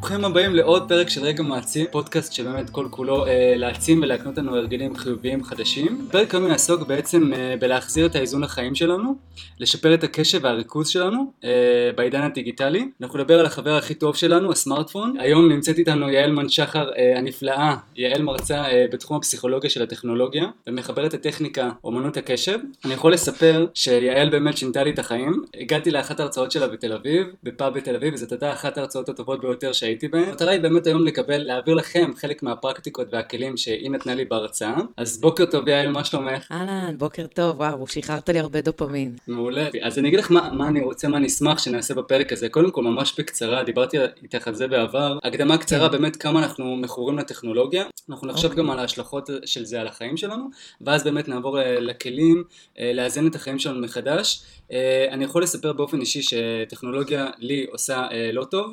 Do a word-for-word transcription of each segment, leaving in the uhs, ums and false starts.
ברוכים הבאים לעוד פרק של רגע מעצים, פודקאסט שבאמת כל כולו אה, להעצים ולהקנות לנו הרגלים חיוביים חדשים. פרק היום נעסוק בעצם אה, בלהחזיר את האיזון לחיים שלנו, לשפר את הקשב והריכוז שלנו אה, בעידן הדיגיטלי. אנחנו נדבר על החבר הכי טוב שלנו, הסמארטפון. היום נמצאת איתנו יעל מנשחר אה, הנפלאה. יעל מרצה אה, בתחום הפסיכולוגיה של הטכנולוגיה ומחברת את טכניקה אומנות הקשב. אני יכול לספר שיעל באמת שינתה לי את החיים. הגעתי לאחת ההרצאות שלה בתל אביב, בפאב בתל אביב, וזאת הייתה אחת ההרצאות הטובות ביותר שהייתי בהן. המטרה היא באמת היום לקבל, להעביר לכם חלק מהפרקטיקות והכלים שהיא נתנה לי בהרצאה. אז בוקר טוב יעל, מה שלומך? אהלן, בוקר טוב, וואו, שחררת לי הרבה דופמין. מעולה. אז אני אגיד לך מה, מה אני רוצה, מה אני אשמח שנעשה בפרק הזה. קודם כל, ממש בקצרה, דיברתי איתך על זה בעבר. הקדמה קצרה, באמת כמה אנחנו מכורים לטכנולוגיה. אנחנו נחשוב גם על ההשלכות של זה על החיים שלנו, ואז באמת נעבור לכלים, לאזן את החיים שלנו מחדש. אני יכול לספר באופן אישי שטכנולוגיה לי עושה לא טוב,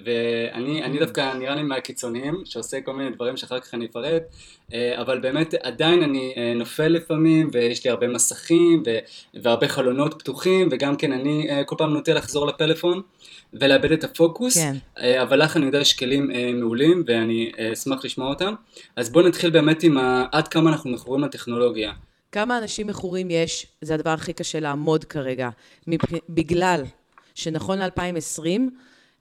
ואני אני דווקא נראה לי מהקיצוניים שעושה כל מיני דברים שאחר כך אני אפרט, אבל באמת עדיין אני נופל לפעמים ויש לי הרבה מסכים והרבה חלונות פתוחים, וגם כן אני כל פעם נוטה לחזור לפלאפון ולאבד את הפוקוס, כן. אבל לך אני יודע יש כלים מעולים ואני אשמח לשמוע אותם. אז בואו נתחיל באמת עם עד כמה אנחנו מכורים לטכנולוגיה. כמה אנשים מכורים יש, זה הדבר הכי קשה לעמוד כרגע, בגלל שנכון ל-אלפיים ועשרים,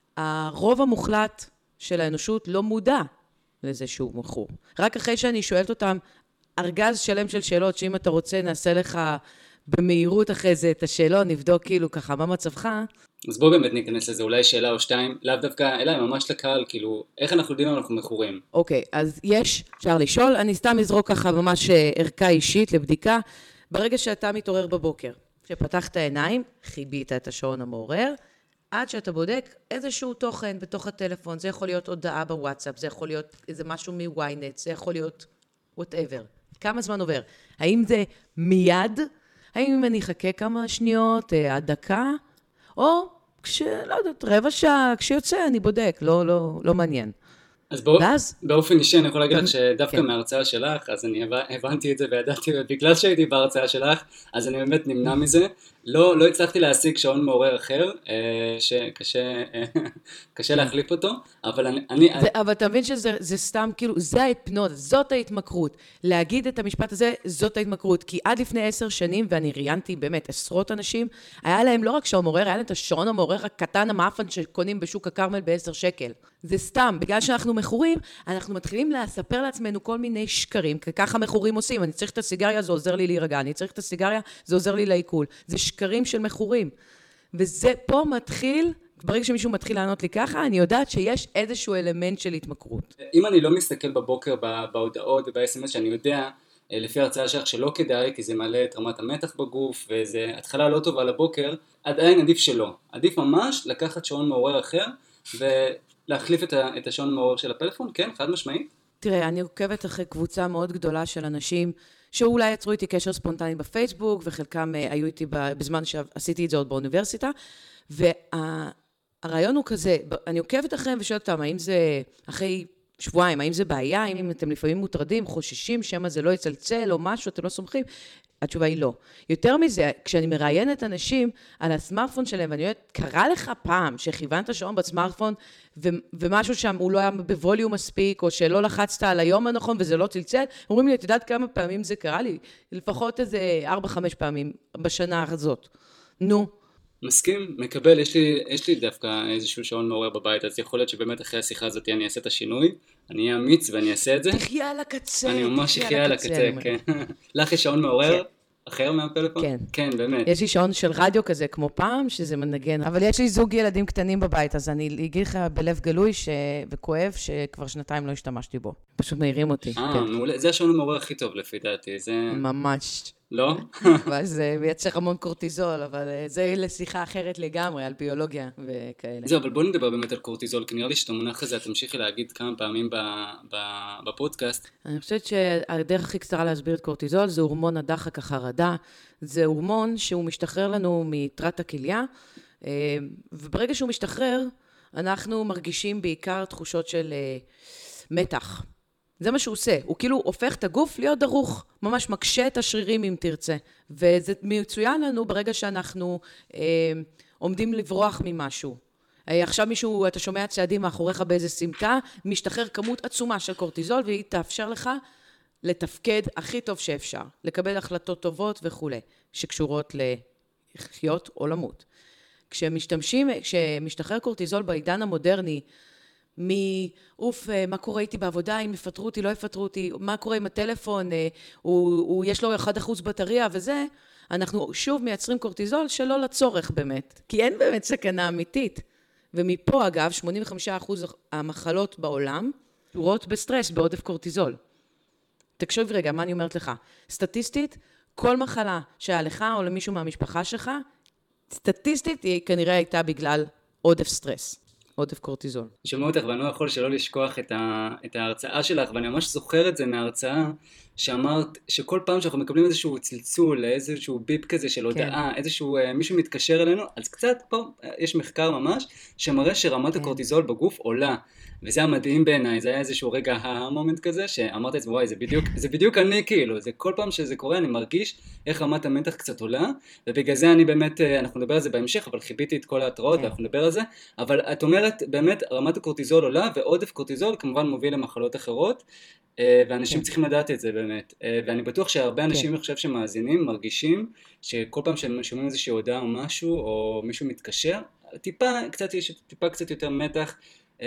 הרוב המוחלט של האנושות לא מודע לזה שהוא מכור. רק אחרי שאני שואלת אותם, ארגז שלם של שאלות, שאם אתה רוצה נעשה לך במהירות אחרי זה את השאלות, נבדוק כאילו ככה, מה מצבך? אז בואו באמת ניכנס לזה, אולי שאלה או שתיים, לאו דווקא אליי, ממש לקהל, כאילו, איך אנחנו יודעים אם אנחנו מכורים? אוקיי, אז יש, אפשר לשאול, אני סתם אזרוק ככה ממש ערכה אישית לבדיקה, ברגע שאתה מתעורר בבוקר, כשפתחת העיניים, חיבית את השעון המעורר, עד שאתה בודק איזשהו תוכן בתוך הטלפון, זה יכול להיות הודעה בוואטסאפ, זה יכול להיות איזה משהו מוויינט, זה יכול להיות whatever. כמה זמן עובר? האם זה מיד? האם אני אחכה כמה שניות, עד דקה? או כש, לא יודעת, רבע שעה, כשיוצא אני בודק, לא, לא, לא מעניין. אז בוא, ואז, באופן אישי אני יכול להגיד לך שדווקא כן. מההרצאה שלך, אז אני הבנתי את זה וידעתי, ובגלל שהייתי בהרצאה שלך, אז אני באמת נמנע מזה. לא, לא הצלחתי להשיג שעון מעורר אחר, שקשה קשה להחליף אותו, אבל אני... אני זה, אבל אתה מבין שזה זה סתם, כאילו, זה ההתפנות, זאת ההתמכרות. להגיד את המשפט הזה, זאת ההתמכרות. כי עד לפני עשר שנים, ואני ראיינתי באמת עשרות אנשים, היה להם לא רק שעון מעורר, היה להם את השעון המעורר הקטן המאפן שקונים בשוק הכרמל בעשר שקל. זה סתם, בגלל שאנחנו מכורים, אנחנו מתחילים לספר לעצמנו כל מיני שקרים, כי ככה מכורים עושים. אני צריך את הסיגריה, זה עוזר לי להירגע. אני צריך את הסיגריה, זה עוזר לי לעיכול. זה שקרים של מכורים. וזה פה מתחיל, ברגע שמישהו מתחיל לענות לי ככה, אני יודעת שיש איזשהו אלמנט של התמכרות. אם אני לא מסתכל בבוקר בהודעות וב-אס אם אס שאני יודע, לפי ההרצאה שלך שלא כדאי, כי זה מעלה את רמת המתח בגוף, וזה התחלה לא טובה לבוקר, עדיין עדיף שלא. עדיף ממש לקחת שעון מעורר אחר, ולהחליף את השעון המעורר של הפלאפון, כן, חד משמעית. תראה, אני עוקבת אחרי קבוצה מאוד גדולה של אנשים, שאולי יצרו איתי קשר ספונטני בפייסבוק, וחלקם היו איתי בזמן שעשיתי את זה עוד באוניברסיטה, והרעיון הוא כזה, אני עוקבת אחריהם ושואלת אותם, האם זה אחרי שבועיים, האם זה בעיה, האם אתם לפעמים מוטרדים, חוששים, שמה זה לא יצלצל או משהו, אתם לא סומכים? התשובה היא לא. יותר מזה, כשאני מראיינת אנשים על הסמארטפון שלהם, ואני אומרת, קרה לך פעם שכיוונת שעון בסמארטפון, ו- ומשהו שם הוא לא היה בווליום מספיק, או שלא לחצת על היום הנכון וזה לא צלצל, אומרים לי, את יודעת כמה פעמים זה קרה לי? לפחות איזה ארבע, חמש פעמים בשנה הזאת. נו. מסכים, מקבל, יש לי, יש לי דווקא איזשהו שעון מעורר בבית, אז יכול להיות שבאמת אחרי השיחה הזאת אני אעשה את השינוי, אני אהיה אמיץ ואני אעשה את זה. תחיה על הקצה. אני ממש תחיה על הקצה, כן. לך יש שעון מעורר אחר מהפלאפון? כן. כן, באמת. יש לי שעון של רדיו כזה כמו פעם, שזה מנגן, אבל יש לי זוג ילדים קטנים בבית, אז אני אגיד לך בלב גלוי ש... וכואב שכבר שנתיים לא השתמשתי בו. פשוט מעירים אותי. אה, כן. מעולה. זה השעון המעורר הכי טוב לפי דעתי, זה... ממש. לא? וזה מייצר המון קורטיזול, אבל זה לשיחה אחרת לגמרי, על ביולוגיה וכאלה. זהו, אבל בוא נדבר באמת על קורטיזול, כי נראה לי שאת המונח הזה, את תמשיכי להגיד כמה פעמים בפודקאסט. אני חושבת שהדרך הכי קצרה להסביר את קורטיזול, זה הורמון הדחק החרדה, זה הורמון שהוא משתחרר לנו מתרת הכליה, וברגע שהוא משתחרר, אנחנו מרגישים בעיקר תחושות של מתח. זה מה שהוא עושה, הוא כאילו הופך את הגוף להיות דרוך, ממש מקשה את השרירים אם תרצה, וזה מצוין לנו ברגע שאנחנו אה, עומדים לברוח ממשהו. עכשיו מישהו, אתה שומע צעדים מאחוריך באיזה סמטה, משתחרר כמות עצומה של קורטיזול, והיא תאפשר לך לתפקד הכי טוב שאפשר, לקבל החלטות טובות וכו', שקשורות לחיות או למות. כשמשתמשים, כשמשתחרר קורטיזול בעידן המודרני, מאוף, מה קורה איתי בעבודה, אם יפטרו אותי, לא יפטרו אותי, מה קורה עם הטלפון, הוא, הוא, יש לו אחד אחוז בטריה וזה, אנחנו שוב מייצרים קורטיזול שלא לצורך באמת, כי אין באמת סכנה אמיתית. ומפה אגב, שמונים וחמישה אחוז המחלות בעולם קשורות בסטרס, בעודף קורטיזול. תקשיב רגע, מה אני אומרת לך? סטטיסטית, כל מחלה שהיה לך או למישהו מהמשפחה שלך, סטטיסטית היא כנראה הייתה בגלל עודף סטרס, עודף קורטיזול. שומע אותך ואני לא יכול שלא לשכוח את, ה, את ההרצאה שלך, ואני ממש זוכר את זה מההרצאה, שאמרת שכל פעם שאנחנו מקבלים איזשהו צלצול, איזשהו ביפ כזה של הודעה, כן. איזשהו מישהו מתקשר אלינו, אז קצת פה יש מחקר ממש, שמראה שרמת כן. הקורטיזול בגוף עולה. וזה המדהים בעיניי, זה היה איזשהו רגע המומנט כזה, שאמרת את זה, וואי, זה בדיוק, זה בדיוק אני כאילו, זה כל פעם שזה קורה, אני מרגיש איך רמת המתח קצת עולה, ובגלל זה אני באמת, אנחנו נדבר על זה בהמשך, אבל חיביתי את כל ההתראות, ואנחנו נדבר על זה, אבל את אומרת, באמת, רמת הקורטיזול עולה, ועודף קורטיזול כמובן מוביל למחלות אחרות, ואנשים צריכים לדעת את זה באמת, ואני בטוח שהרבה אנשים, אני חושב שמאזינים, מרגישים, שכל פעם שהם שומעים איזושהי הודעה או משהו, או מישהו מתקשר, טיפה, קצת, יש טיפה קצת יותר מתח,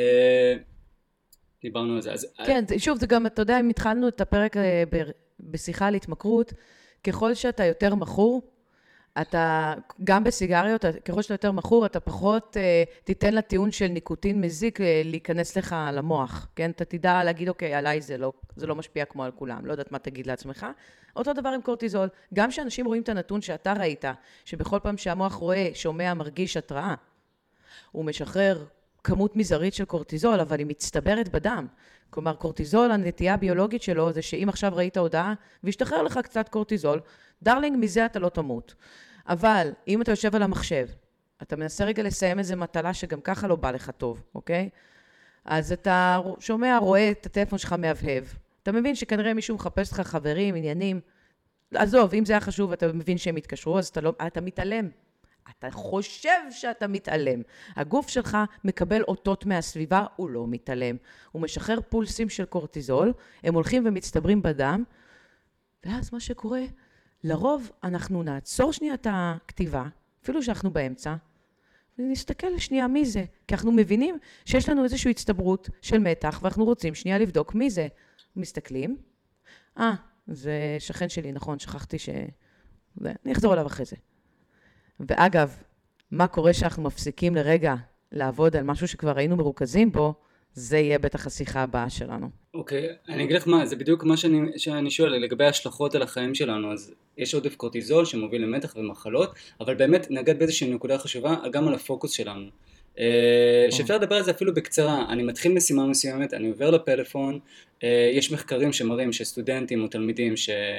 דיברנו על זה. אז... כן, שוב, זה גם, אתה יודע, אם התחלנו את הפרק בשיחה על התמכרות, ככל שאתה יותר מכור, אתה, גם בסיגריות, ככל שאתה יותר מכור, אתה פחות תיתן לטיעון של ניקוטין מזיק להיכנס לך למוח, כן? אתה תדע להגיד, אוקיי, עליי זה לא, זה לא משפיע כמו על כולם, לא יודעת מה תגיד לעצמך. אותו דבר עם קורטיזול, גם שאנשים רואים את הנתון שאתה ראית, שבכל פעם שהמוח רואה, שומע, מרגיש התראה, הוא משחרר כמות מזערית של קורטיזול, אבל היא מצטברת בדם. כלומר, קורטיזול, הנטייה הביולוגית שלו, זה שאם עכשיו ראית הודעה, וישתחרר לך קצת קורטיזול, דרלינג, מזה אתה לא תמות. אבל, אם אתה יושב על המחשב, אתה מנסה רגע לסיים איזו מטלה שגם ככה לא בא לך טוב, אוקיי? אז אתה שומע, רואה את הטלפון שלך מהבהב. אתה מבין שכנראה מישהו מחפש לך חברים, עניינים. עזוב, אם זה היה חשוב, אתה מבין שהם התקשרו, אז אתה, לא, אתה מתעלם. אתה חושב שאתה מתעלם. הגוף שלך מקבל אותות מהסביבה, הוא לא מתעלם. הוא משחרר פולסים של קורטיזול, הם הולכים ומצטברים בדם, ואז מה שקורה, לרוב אנחנו נעצור שנייה את הכתיבה, אפילו שאנחנו באמצע, ונסתכל שנייה מי זה, כי אנחנו מבינים שיש לנו איזושהי הצטברות של מתח, ואנחנו רוצים שנייה לבדוק מי זה. מסתכלים, אה, זה שכן שלי, נכון, שכחתי ש... אני אחזור עליו אחרי זה. ואגב, מה קורה שאנחנו מפסיקים לרגע לעבוד על משהו שכבר היינו מרוכזים בו, זה יהיה בטח השיחה הבאה שלנו. אוקיי, okay, אני אגיד לך מה, זה בדיוק מה שאני, שאני שואל לגבי ההשלכות על החיים שלנו, אז יש עודף קורטיזול שמוביל למתח ומחלות, אבל באמת נגד באיזושהי נקודה חשובה גם על הפוקוס שלנו. שאפשר לדבר על זה אפילו בקצרה, אני מתחיל משימה מסוימת, אני עובר לפלאפון, יש מחקרים שמראים שסטודנטים או תלמידים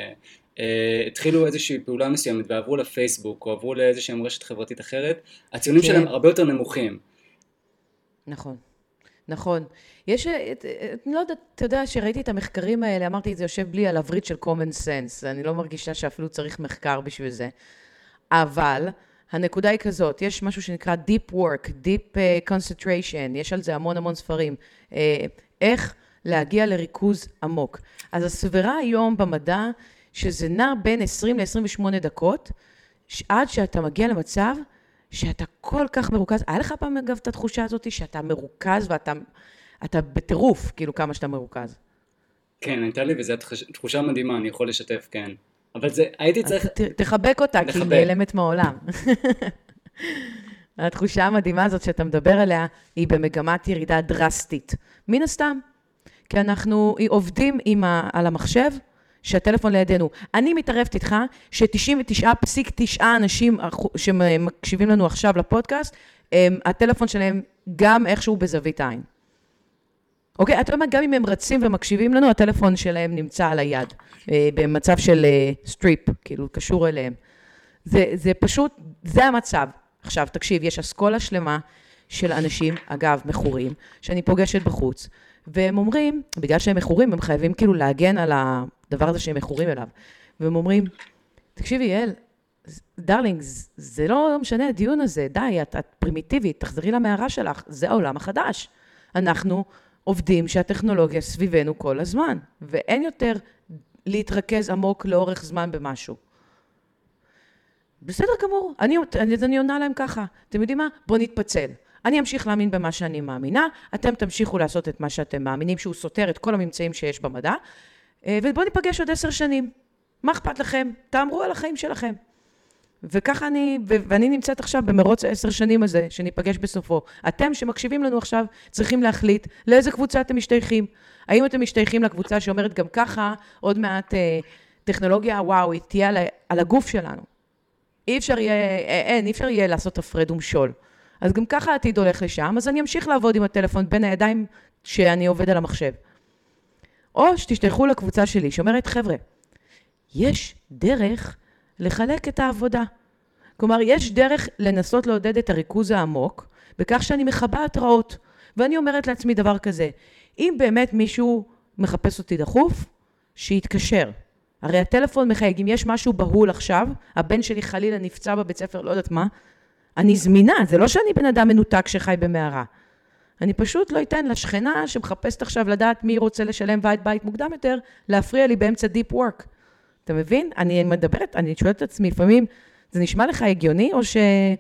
שהתחילו איזושהי פעולה מסוימת ועברו לפייסבוק או עברו לאיזושהי רשת חברתית אחרת, הציונים שלהם הרבה יותר נמוכים. נכון, נכון. יש, אני לא יודעת, אתה יודע שראיתי את המחקרים האלה, אמרתי את זה יושב בלי על הברית של common sense, אני לא מרגישה שאפילו צריך מחקר בשביל זה, אבל הנקודה היא כזאת, יש משהו שנקרא deep work, deep uh, concentration, יש על זה המון המון ספרים, uh, איך להגיע לריכוז עמוק. אז הסברה היום במדע, שזה נע בין עשרים ל-עשרים ושמונה דקות, עד שאתה מגיע למצב שאתה כל כך מרוכז. היה לך פעם אגב את התחושה הזאת שאתה מרוכז ואתה אתה בטירוף, כאילו כמה שאתה מרוכז. כן, הייתה לי וזו תחושה מדהימה, אני יכול לשתף, כן. אבל זה, הייתי צריך... תחבק אותה, כי היא נעלמת מהעולם. התחושה המדהימה הזאת שאתה מדבר עליה, היא במגמת ירידה דרסטית. מן הסתם, כי אנחנו עובדים עם ה, על המחשב, שהטלפון לידינו. אני מתערבת איתך, ש-תשעים ותשע נקודה תשע אנשים שמקשיבים לנו עכשיו לפודקאסט, הטלפון שלהם גם איכשהו בזווית עין. אוקיי, אתה אומר, גם אם הם רצים ומקשיבים לנו, הטלפון שלהם נמצא על היד, במצב של סטריפ, כאילו, קשור אליהם. זה, זה פשוט, זה המצב. עכשיו, תקשיב, יש אסכולה שלמה של אנשים, אגב, מכורים, שאני פוגשת בחוץ, והם אומרים, בגלל שהם מכורים, הם חייבים כאילו להגן על הדבר הזה שהם מכורים אליו. והם אומרים, תקשיבי, יעל, דרלינג, זה לא משנה הדיון הזה, די, את, את פרימיטיבית, תחזרי למערה שלך, זה העולם החדש. אנחנו עובדים שהטכנולוגיה סביבנו כל הזמן, ואין יותר להתרכז עמוק לאורך זמן במשהו. בסדר גמור, אני, אני, אני עונה להם ככה, אתם יודעים מה? בואו נתפצל. אני אמשיך להאמין במה שאני מאמינה, אתם תמשיכו לעשות את מה שאתם מאמינים, שהוא סותר את כל הממצאים שיש במדע, ובואו ניפגש עוד עשר שנים. מה אכפת לכם? תאמרו על החיים שלכם. וככה אני, ו- ואני נמצאת עכשיו במרוץ העשר שנים הזה, שניפגש בסופו. אתם שמקשיבים לנו עכשיו, צריכים להחליט לאיזה קבוצה אתם משתייכים. האם אתם משתייכים לקבוצה שאומרת גם ככה, עוד מעט אה, טכנולוגיה, וואו, היא תהיה על, על הגוף שלנו. אי אפשר יהיה, אין, אי אפשר יהיה לעשות הפרד ומשול. אז גם ככה העתיד הולך לשם, אז אני אמשיך לעבוד עם הטלפון בין הידיים שאני עובד על המחשב. או שתשתייכו לקבוצה שלי, שאומרת, חבר'ה, יש דרך לחלק את העבודה. כלומר, יש דרך לנסות לעודד את הריכוז העמוק, בכך שאני מחבאה התראות. ואני אומרת לעצמי דבר כזה, אם באמת מישהו מחפש אותי דחוף, שיתקשר. הרי הטלפון מחייג, אם יש משהו בהול עכשיו, הבן שלי חלילה נפצע בבית ספר, לא יודעת מה, אני זמינה, זה לא שאני בן אדם מנותק שחי במערה. אני פשוט לא אתן לשכנה שמחפשת עכשיו לדעת מי רוצה לשלם ועד בית מוקדם יותר, להפריע לי באמצע דיפ וורק. אתה מבין? אני מדברת, אני שואלת את עצמי, לפעמים, זה נשמע לך הגיוני או ש...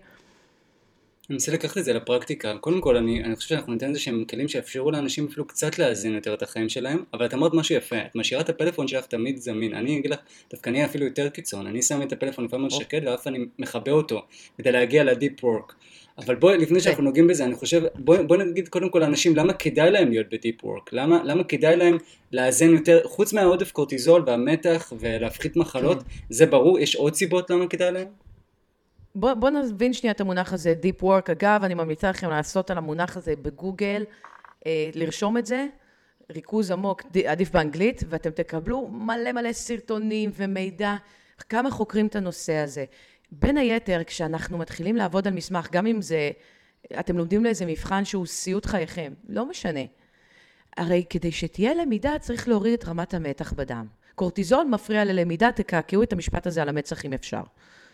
אני מנסה לקחת את זה לפרקטיקה. קודם כל, אני, אני חושב שאנחנו ניתן איזה שהם כלים שיאפשרו לאנשים אפילו קצת להזין יותר את החיים שלהם, אבל את אמרת משהו יפה, את משאירה את הפלאפון שלך תמיד זמין. אני אגיד לך, דווקא אני אפילו יותר קיצון, אני שם את הפלאפון לפעמים על שקט, ואף אני מחבא אותו, כדי להגיע לדיפ וורק. אבל בואי, לפני שאנחנו נוגעים בזה, אני חושב, בואי, בואי נגיד קודם כל לאנשים, למה כדאי להם להיות בדיפ וורק? למה, למה כדאי להם לאזן יותר, חוץ מהעודף קורטיזול והמתח ולהפחית מחלות, זה ברור, יש עוד סיבות למה כדאי להם? בוא, בוא נבין שנייה את המונח הזה, Deep Work. אגב, אני ממליצה לכם לעשות על המונח הזה בגוגל, אה, לרשום את זה, ריכוז עמוק, עדיף באנגלית, ואתם תקבלו מלא מלא סרטונים ומידע, כמה חוקרים את הנושא הזה. בין היתר, כשאנחנו מתחילים לעבוד על מסמך, גם אם זה, אתם לומדים לאיזה מבחן שהוא סיוט חייכם, לא משנה. הרי כדי שתהיה למידה, צריך להוריד את רמת המתח בדם. קורטיזול מפריע ללמידה, תקעקעו את המשפט הזה על המצח אם אפשר.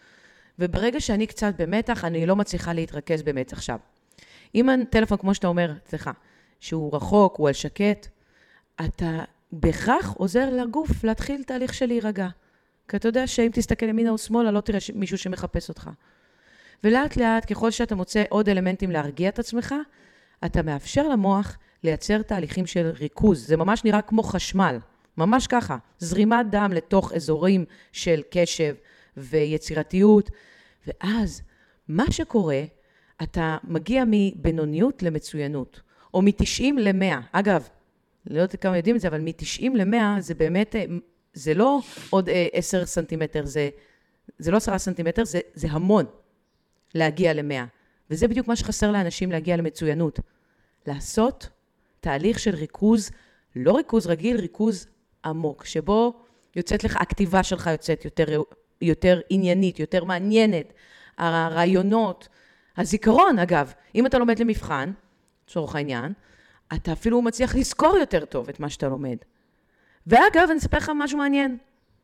וברגע שאני קצת במתח, אני לא מצליחה להתרכז באמת עכשיו. אם הטלפון, כמו שאתה אומר, סליחה, שהוא רחוק, הוא על שקט, אתה בהכרח עוזר לגוף להתחיל תהליך של להירגע. כי אתה יודע שאם תסתכל ימינה או שמאלה, לא תראה מישהו שמחפש אותך. ולאט לאט, ככל שאתה מוצא עוד אלמנטים להרגיע את עצמך, אתה מאפשר למוח לייצר תהליכים של ריכוז. זה ממש נראה כמו חשמל, ממש ככה. זרימת דם לתוך אזורים של קשב ויצירתיות, ואז מה שקורה, אתה מגיע מבינוניות למצוינות, או מ-תשעים ל-מאה. אגב, לא יודעת כמה יודעים את זה, אבל מ-תשעים ל-מאה זה באמת, זה לא עוד עשרה סנטימטר, זה, זה לא עשרה סנטימטר, זה, זה המון להגיע ל-מאה. וזה בדיוק מה שחסר לאנשים להגיע למצוינות. לעשות תהליך של ריכוז, לא ריכוז רגיל, ריכוז עמוק, שבו יוצאת לך, הכתיבה שלך יוצאת יותר, יותר עניינית, יותר מעניינת, הרעיונות, הזיכרון אגב, אם אתה לומד למבחן, צורך העניין, אתה אפילו מצליח לזכור יותר טוב את מה שאתה לומד. ואגב, אני אספר לך משהו מעניין.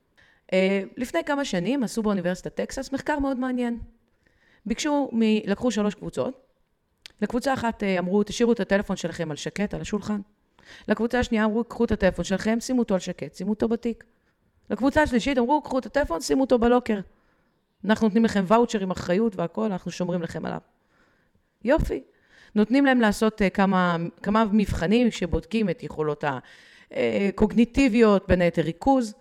לפני כמה שנים עשו באוניברסיטת טקסס מחקר מאוד מעניין. ביקשו, לקחו שלוש קבוצות. לקבוצה אחת אמרו, תשאירו את הטלפון שלכם על שקט, על השולחן. לקבוצה השנייה אמרו, קחו את הטלפון שלכם, שימו אותו על שקט, שימו אותו בתיק. לקבוצה השלישית אמרו, קחו את הטלפון, שימו אותו בלוקר. אנחנו נותנים לכם ואוצ'ר עם אחריות והכל, אנחנו שומרים לכם עליו. יופי. נותנים להם לעשות כמה, כמה מבחנים שבודקים את יכולות הקוגניטיביות, בין היתר ריכוז,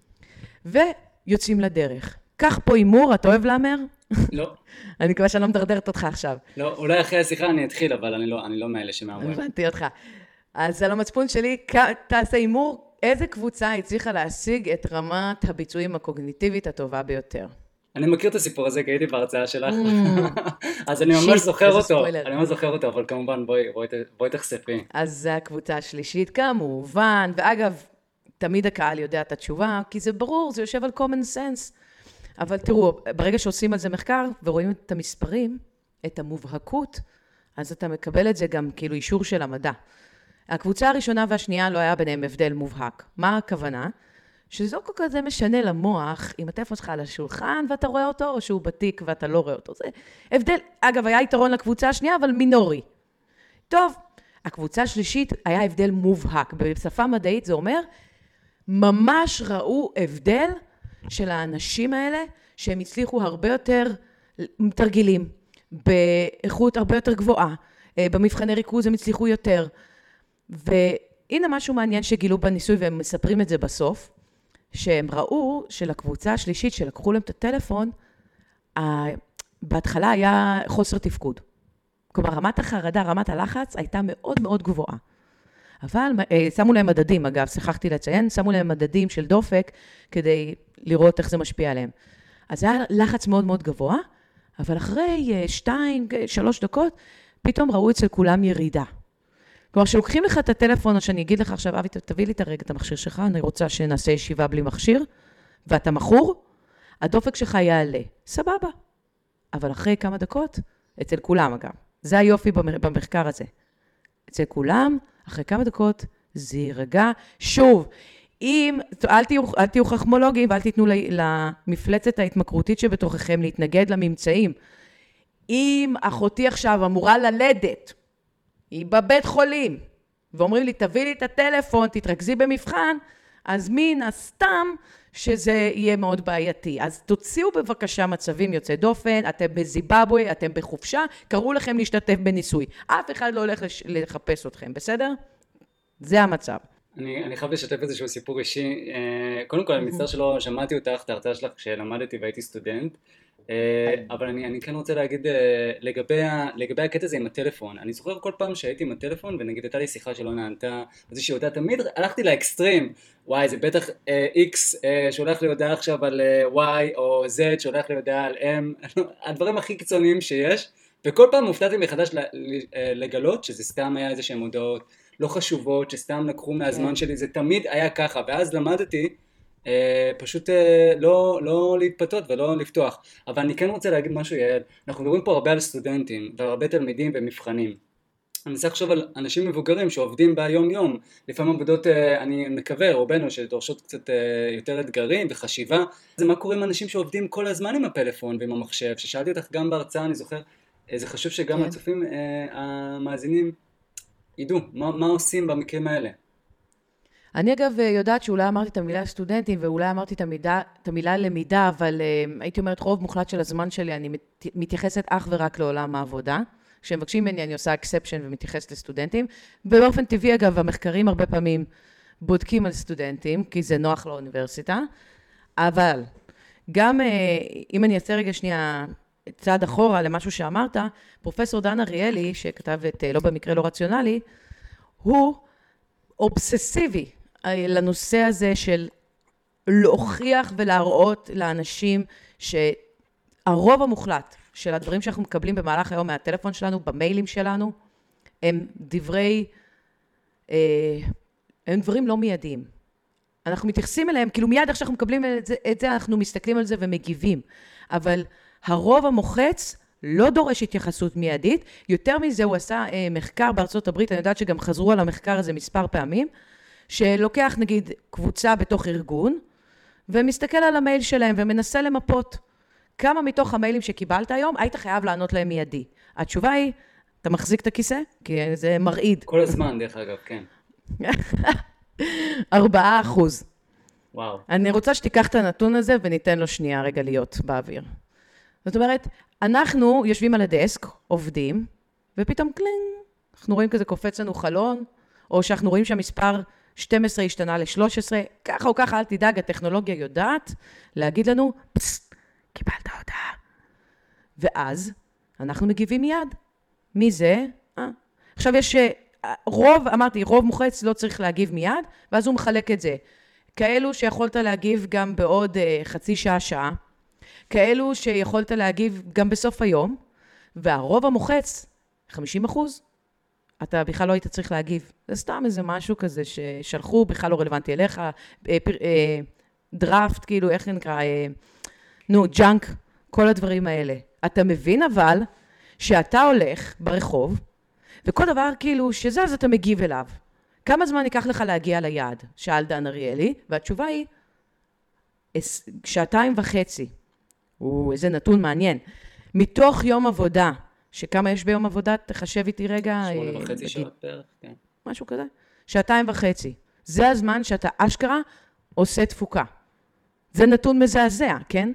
ויוצאים לדרך. כך פה אימור, אתה אוהב לאמר? לא. אני מקווה שאני לא מדרדרת אותך עכשיו. לא, אולי אחרי השיחה אני אתחיל, אבל אני לא, אני לא מאלה שמאמרים. הבנתי אותך. אז על המצפון שלי, תעשה אימור, איזה קבוצה הצליחה להשיג את רמת הביצועים הקוגניטיבית הטובה ביותר? אני מכיר את הסיפור הזה, כי הייתי בהרצאה שלך, אז אני ממש זוכר אותו, אני ממש זוכר אותו, אבל כמובן בואי תחשפי. אז זו הקבוצה השלישית כמובן, ואגב, תמיד הקהל יודע את התשובה, כי זה ברור, זה יושב על common sense, אבל תראו, ברגע שעושים על זה מחקר, ורואים את המספרים, את המובהקות, אז אתה מקבל את זה גם כאילו אישור של המדע. הקבוצה הראשונה והשנייה לא היה ביניהם הבדל מובהק. מה הכוונה? שזה לא כזה משנה למוח, אם הטלפון שלך על השולחן ואתה רואה אותו, או שהוא בתיק ואתה לא רואה אותו. זה הבדל, אגב, היה יתרון לקבוצה השנייה, אבל מינורי. טוב, הקבוצה השלישית היה הבדל מובהק. בשפה מדעית זה אומר, ממש ראו הבדל של האנשים האלה, שהם הצליחו הרבה יותר תרגילים, באיכות הרבה יותר גבוהה, במבחני ריכוז הם הצליחו יותר. והנה משהו מעניין שגילו בניסוי, והם מספרים את זה בסוף, שהם ראו שלקבוצה השלישית שלקחו להם את הטלפון, בהתחלה היה חוסר תפקוד. כלומר, רמת החרדה, רמת הלחץ הייתה מאוד מאוד גבוהה. אבל שמו להם מדדים, אגב, שכחתי לציין, שמו להם מדדים של דופק כדי לראות איך זה משפיע עליהם. אז זה היה לחץ מאוד מאוד גבוה, אבל אחרי שתיים, שלוש דקות, פתאום ראו אצל כולם ירידה. כלומר, שלוקחים לך את הטלפון, או שאני אגיד לך עכשיו, אבי, תביא לי את הרגע את המכשיר שלך, אני רוצה שנעשה ישיבה בלי מכשיר, ואתה מכור, הדופק שלך יעלה. סבבה. אבל אחרי כמה דקות, אצל כולם אגב. זה היופי במחקר הזה. אצל כולם, אחרי כמה דקות, זה יירגע. שוב, אם, אל תהיו, אל תהיו חכמולוגים, ואל תיתנו למפלצת ההתמכרותית שבתוככם להתנגד לממצאים. אם אחותי עכשיו אמורה ללדת, היא בבית חולים, ואומרים לי, תביא לי את הטלפון, תתרכזי במבחן, אז מן הסתם שזה יהיה מאוד בעייתי. אז תוציאו בבקשה מצבים יוצא דופן, אתם בזימבבואה, אתם בחופשה, קראו לכם להשתתף בניסוי. אף אחד לא הולך לחפש אתכם, בסדר? זה המצב. אני, אני חייב לשתף איזשהו סיפור אישי. קודם כל, אני מצטער שלא שמעתי אותך, את ההרצאה שלך כשלמדתי והייתי סטודנט. אבל אני, אני כן רוצה להגיד לגבי, לגבי הקטע הזה עם הטלפון. אני זוכר כל פעם שהייתי עם הטלפון, ונגיד הייתה לי שיחה שלא נענתה, אז היא שהודעה, תמיד הלכתי לאקסטרים. וואי, זה בטח X שהולך להודעה עכשיו על Y, או Z שהולך להודעה על M, הדברים הכי קיצוניים שיש. וכל פעם מופתעתי מחדש לגלות שזה סתם היה איזה שהן הודעות לא חשובות, שסתם לקחו מהזמן שלי, זה תמיד היה ככה. ואז למדתי פשוט לא, לא להתפתות ולא לפתוח. אבל אני כן רוצה להגיד משהו, יעל, אנחנו מדברים פה הרבה על סטודנטים והרבה תלמידים ומבחנים. אני צריך לחשוב על אנשים מבוגרים שעובדים ביום יום, לפעמים עבודות, אני מקווה, רובנו שדורשות קצת יותר אתגרים וחשיבה. זה מה קורה עם אנשים שעובדים כל הזמן עם הפלאפון ועם המחשב, ששאלתי אותך גם בהרצאה, אני זוכר, זה חשוב שגם כן. הצופים המאזינים ידעו מה, מה עושים במקרים האלה. אני אגב יודעת שאולי אמרתי את המילה סטודנטים, ואולי אמרתי את המילה, את המילה למידה, אבל uh, הייתי אומרת רוב מוחלט של הזמן שלי, אני מת, מתייחסת אך ורק לעולם העבודה. כשמבקשים ממני אני עושה אקספשן ומתייחסת לסטודנטים, ובאופן טבעי אגב המחקרים הרבה פעמים בודקים על סטודנטים, כי זה נוח לאוניברסיטה, אבל גם uh, אם אני אעשה רגע שנייה צעד אחורה למשהו שאמרת, פרופסור דן אריאלי, שכתב את לא במקרה לא רציונלי, הוא אובססיבי לנושא הזה של להוכיח ולהראות לאנשים שהרוב המוחלט של הדברים שאנחנו מקבלים במהלך היום מהטלפון שלנו, במיילים שלנו, הם דברי, הם דברים לא מיידיים. אנחנו מתייחסים אליהם, כאילו מיד איך שאנחנו מקבלים את זה, את זה אנחנו מסתכלים על זה ומגיבים. אבל הרוב המוחץ לא דורש התייחסות מיידית. יותר מזה הוא עשה אה, מחקר בארצות הברית, אני יודעת שגם חזרו על המחקר הזה מספר פעמים, שלוקח נגיד קבוצה בתוך ארגון, ומסתכל על המייל שלהם ומנסה למפות כמה מתוך המיילים שקיבלת היום, היית חייב לענות להם מיידי. התשובה היא, אתה מחזיק את הכיסא? כי זה מרעיד. כל הזמן דרך אגב, כן. ארבעה אחוז. וואו. אני רוצה שתיקח את הנתון הזה וניתן לו שנייה רגע להיות באוויר. זאת אומרת, אנחנו יושבים על הדסק, עובדים, ופתאום קלינג, אנחנו רואים כזה קופץ לנו חלון, או שאנחנו רואים שהמספר שתים עשרה השתנה ל-שלוש עשרה, ככה או ככה, אל תדאג, הטכנולוגיה יודעת להגיד לנו, פסט, קיבלת הודעה. ואז אנחנו מגיבים מיד. מי זה? אה. עכשיו יש רוב, אמרתי, רוב מוחץ לא צריך להגיב מיד, ואז הוא מחלק את זה. כאלו שיכולת להגיב גם בעוד uh, חצי שעה, שעה, כאלו שיכולת להגיב גם בסוף היום, והרוב המוחץ, חמישים אחוז, אתה בכלל לא היית צריך להגיב. זה סתם איזה משהו כזה ששלחו, בכלל לא רלוונטי אליך, דראפט, כאילו, איך נקרא, נו, ג'אנק, כל הדברים האלה. אתה מבין אבל שאתה הולך ברחוב, וכל דבר כאילו שזז אתה מגיב אליו. כמה זמן ייקח לך להגיע ליעד? שאל דן אריאלי, והתשובה היא, שעתיים וחצי, הוא איזה נתון מעניין, מתוך יום עבודה, שכמה יש ביום עבודה, תחשב איתי רגע. שמונה וחצי שעות בערך, כן. משהו כזה. שעתיים וחצי. זה הזמן שאתה אשכרה עושה תפוקה. זה נתון מזעזע, כן?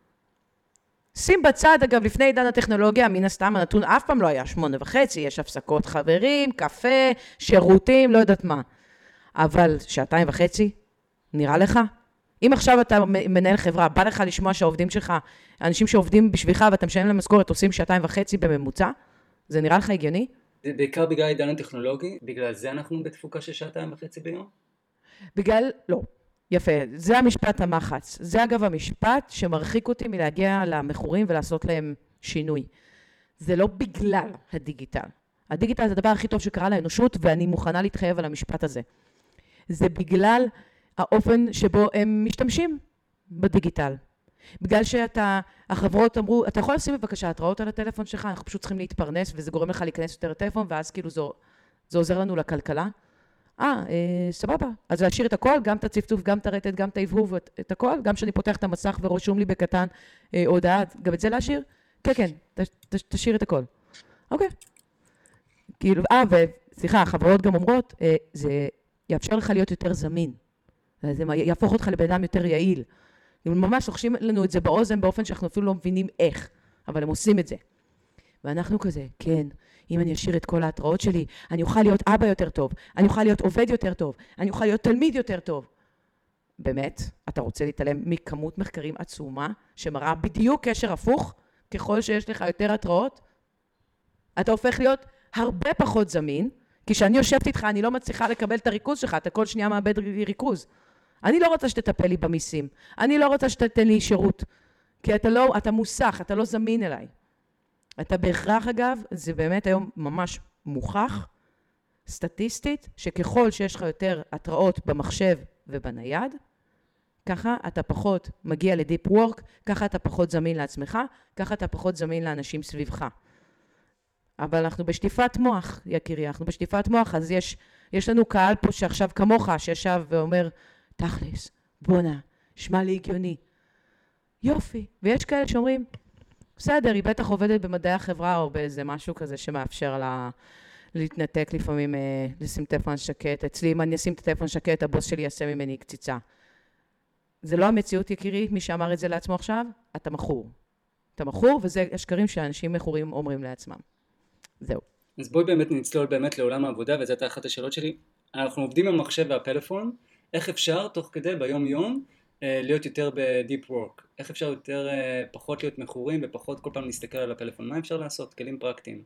שים בצד, אגב, לפני עידן הטכנולוגיה, מן הסתם הנתון אף פעם לא היה שמונה וחצי, יש הפסקות חברים, קפה, שירותים, לא יודעת מה. אבל שעתיים וחצי, נראה לך? אם עכשיו אתה מנהל חברה, בא לך לשמוע שהעובדים שלך, אנשים שעובדים בשבילך ואתה משלם להם משכורת, עושים שעתיים וחצי בממוצע, זה נראה לך הגיוני? זה בעיקר בגלל העידן הטכנולוגי, בגלל זה אנחנו בתפוקה של שעתיים וחצי ביום? בגלל, לא. יפה, זה המשפט המחץ. זה אגב המשפט שמרחיק אותי מלהגיע למכורים ולעשות להם שינוי. זה לא בגלל הדיגיטל. הדיגיטל זה הדבר הכי טוב שקרה לאנושות, ואני מוכנה להתחייב על המשפט הזה. זה בגלל האופן שבו הם משתמשים בדיגיטל. בגלל שאתה, החברות אמרו, אתה יכול לשים בבקשה התראות על הטלפון שלך, אנחנו פשוט צריכים להתפרנס, וזה גורם לך להיכנס יותר לטלפון, ואז כאילו זה, זה עוזר לנו לכלכלה. אה, אה, סבבה. אז להשאיר את הכל, גם את הצפצוף, גם את הרטט, גם את ההבהוב, את, את הכל, גם שאני פותח את המסך ורושום לי בקטן אה, הודעה, גם את זה להשאיר? כן, כן, ת, ת, תשאיר את הכל. אוקיי. כאילו, אה, וסליחה, החברות גם אומרות, אה, זה יאפשר לך להיות יותר זמין. זה יהפוך אותך לבן אדם יותר יעיל. הם ממש לוחשים לנו את זה באוזן באופן שאנחנו אפילו לא מבינים איך, אבל הם עושים את זה. ואנחנו כזה, כן, אם אני אשאיר את כל ההתראות שלי, אני אוכל להיות אבא יותר טוב, אני אוכל להיות עובד יותר טוב, אני אוכל להיות תלמיד יותר טוב. באמת, אתה רוצה להתעלם מכמות מחקרים עצומה, שמראה בדיוק קשר הפוך, ככל שיש לך יותר התראות, אתה הופך להיות הרבה פחות זמין, כי כשאני יושבת איתך, אני לא מצליחה לקבל את הריכוז שלך, אתה כל שנייה מאבד ריכוז. אני לא רוצה שתטפל לי במיסים, אני לא רוצה שתתן לי שירות, כי אתה לא, אתה מוסך, אתה לא זמין אליי. אתה בהכרח אגב, זה באמת היום ממש מוכח, סטטיסטית, שככל שיש לך יותר התראות במחשב ובנייד, ככה אתה פחות מגיע לדיפ וורק, ככה אתה פחות זמין לעצמך, ככה אתה פחות זמין לאנשים סביבך. אבל אנחנו בשטיפת מוח, יקירי, אנחנו בשטיפת מוח, אז יש, יש לנו קהל פה שעכשיו כמוך, שישב ואומר, תכלס, בונה, שמע לי הגיוני. יופי. ויש כאלה שאומרים, בסדר, היא בטח עובדת במדעי החברה או באיזה משהו כזה שמאפשר לה להתנתק לפעמים, אה, לשים טלפון שקט. אצלי, אם אני אשים את הטלפון שקט, הבוס שלי יעשה ממני קציצה. זה לא המציאות, יקירי, מי שאמר את זה לעצמו עכשיו, אתה מכור. אתה מכור, וזה השקרים שאנשים מכורים אומרים לעצמם. זהו. אז בואי באמת נצלול באמת לעולם העבודה, וזו הייתה אחת השאלות שלי. אנחנו עובדים עם המחשב והפלאפון, איך אפשר תוך כדי ביום יום להיות יותר בדיפ וורק? איך אפשר יותר פחות להיות מכורים ופחות כל פעם להסתכל על הפלאפון? מה אפשר לעשות? כלים פרקטיים.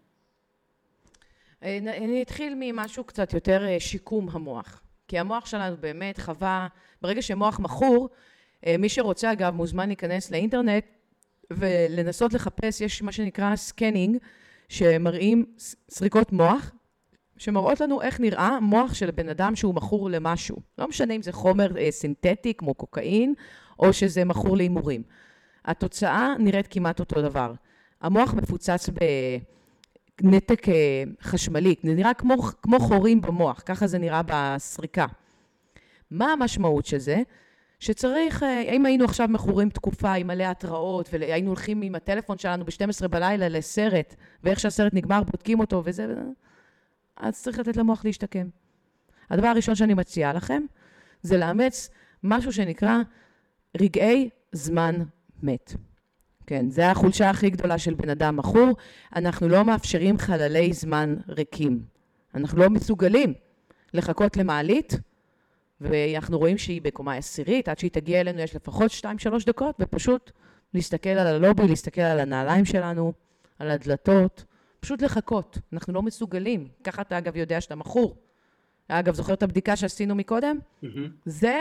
אני אתחיל ממשהו קצת יותר שיקום המוח. כי המוח שלנו באמת חווה, ברגע שמוח מכור, מי שרוצה אגב מוזמן להיכנס לאינטרנט ולנסות לחפש, יש מה שנקרא סקנינג, שמראים סריקות מוח, שמראות לנו איך נראה מוח של בן אדם שהוא מכור למשהו. לא משנה אם זה חומר אה, סינתטי כמו קוקאין, או שזה מכור להימורים. התוצאה נראית כמעט אותו דבר. המוח מפוצץ בנתק אה, חשמלי, זה נראה כמו, כמו חורים במוח, ככה זה נראה בסריקה. מה המשמעות של זה? שצריך, אה, אם היינו עכשיו מכורים תקופה עם מלא התראות, והיינו הולכים עם הטלפון שלנו ב-שתים עשרה בלילה לסרט, ואיך שהסרט נגמר בודקים אותו וזה וזה, אז צריך לתת למוח להשתקם. הדבר הראשון שאני מציעה לכם, זה לאמץ משהו שנקרא רגעי זמן מת. כן, זה החולשה הכי גדולה של בן אדם מכור. אנחנו לא מאפשרים חללי זמן ריקים. אנחנו לא מסוגלים לחכות למעלית, ואנחנו רואים שהיא בקומה עשירית, עד שהיא תגיע אלינו יש לפחות שתיים שלוש דקות, ופשוט להסתכל על הלובי, להסתכל על הנעליים שלנו, על הדלתות, פשוט לחכות. אנחנו לא מסוגלים. ככה אתה אגב יודע שאתה מכור. אגב, זוכר את הבדיקה שעשינו מקודם? Mm-hmm. זה,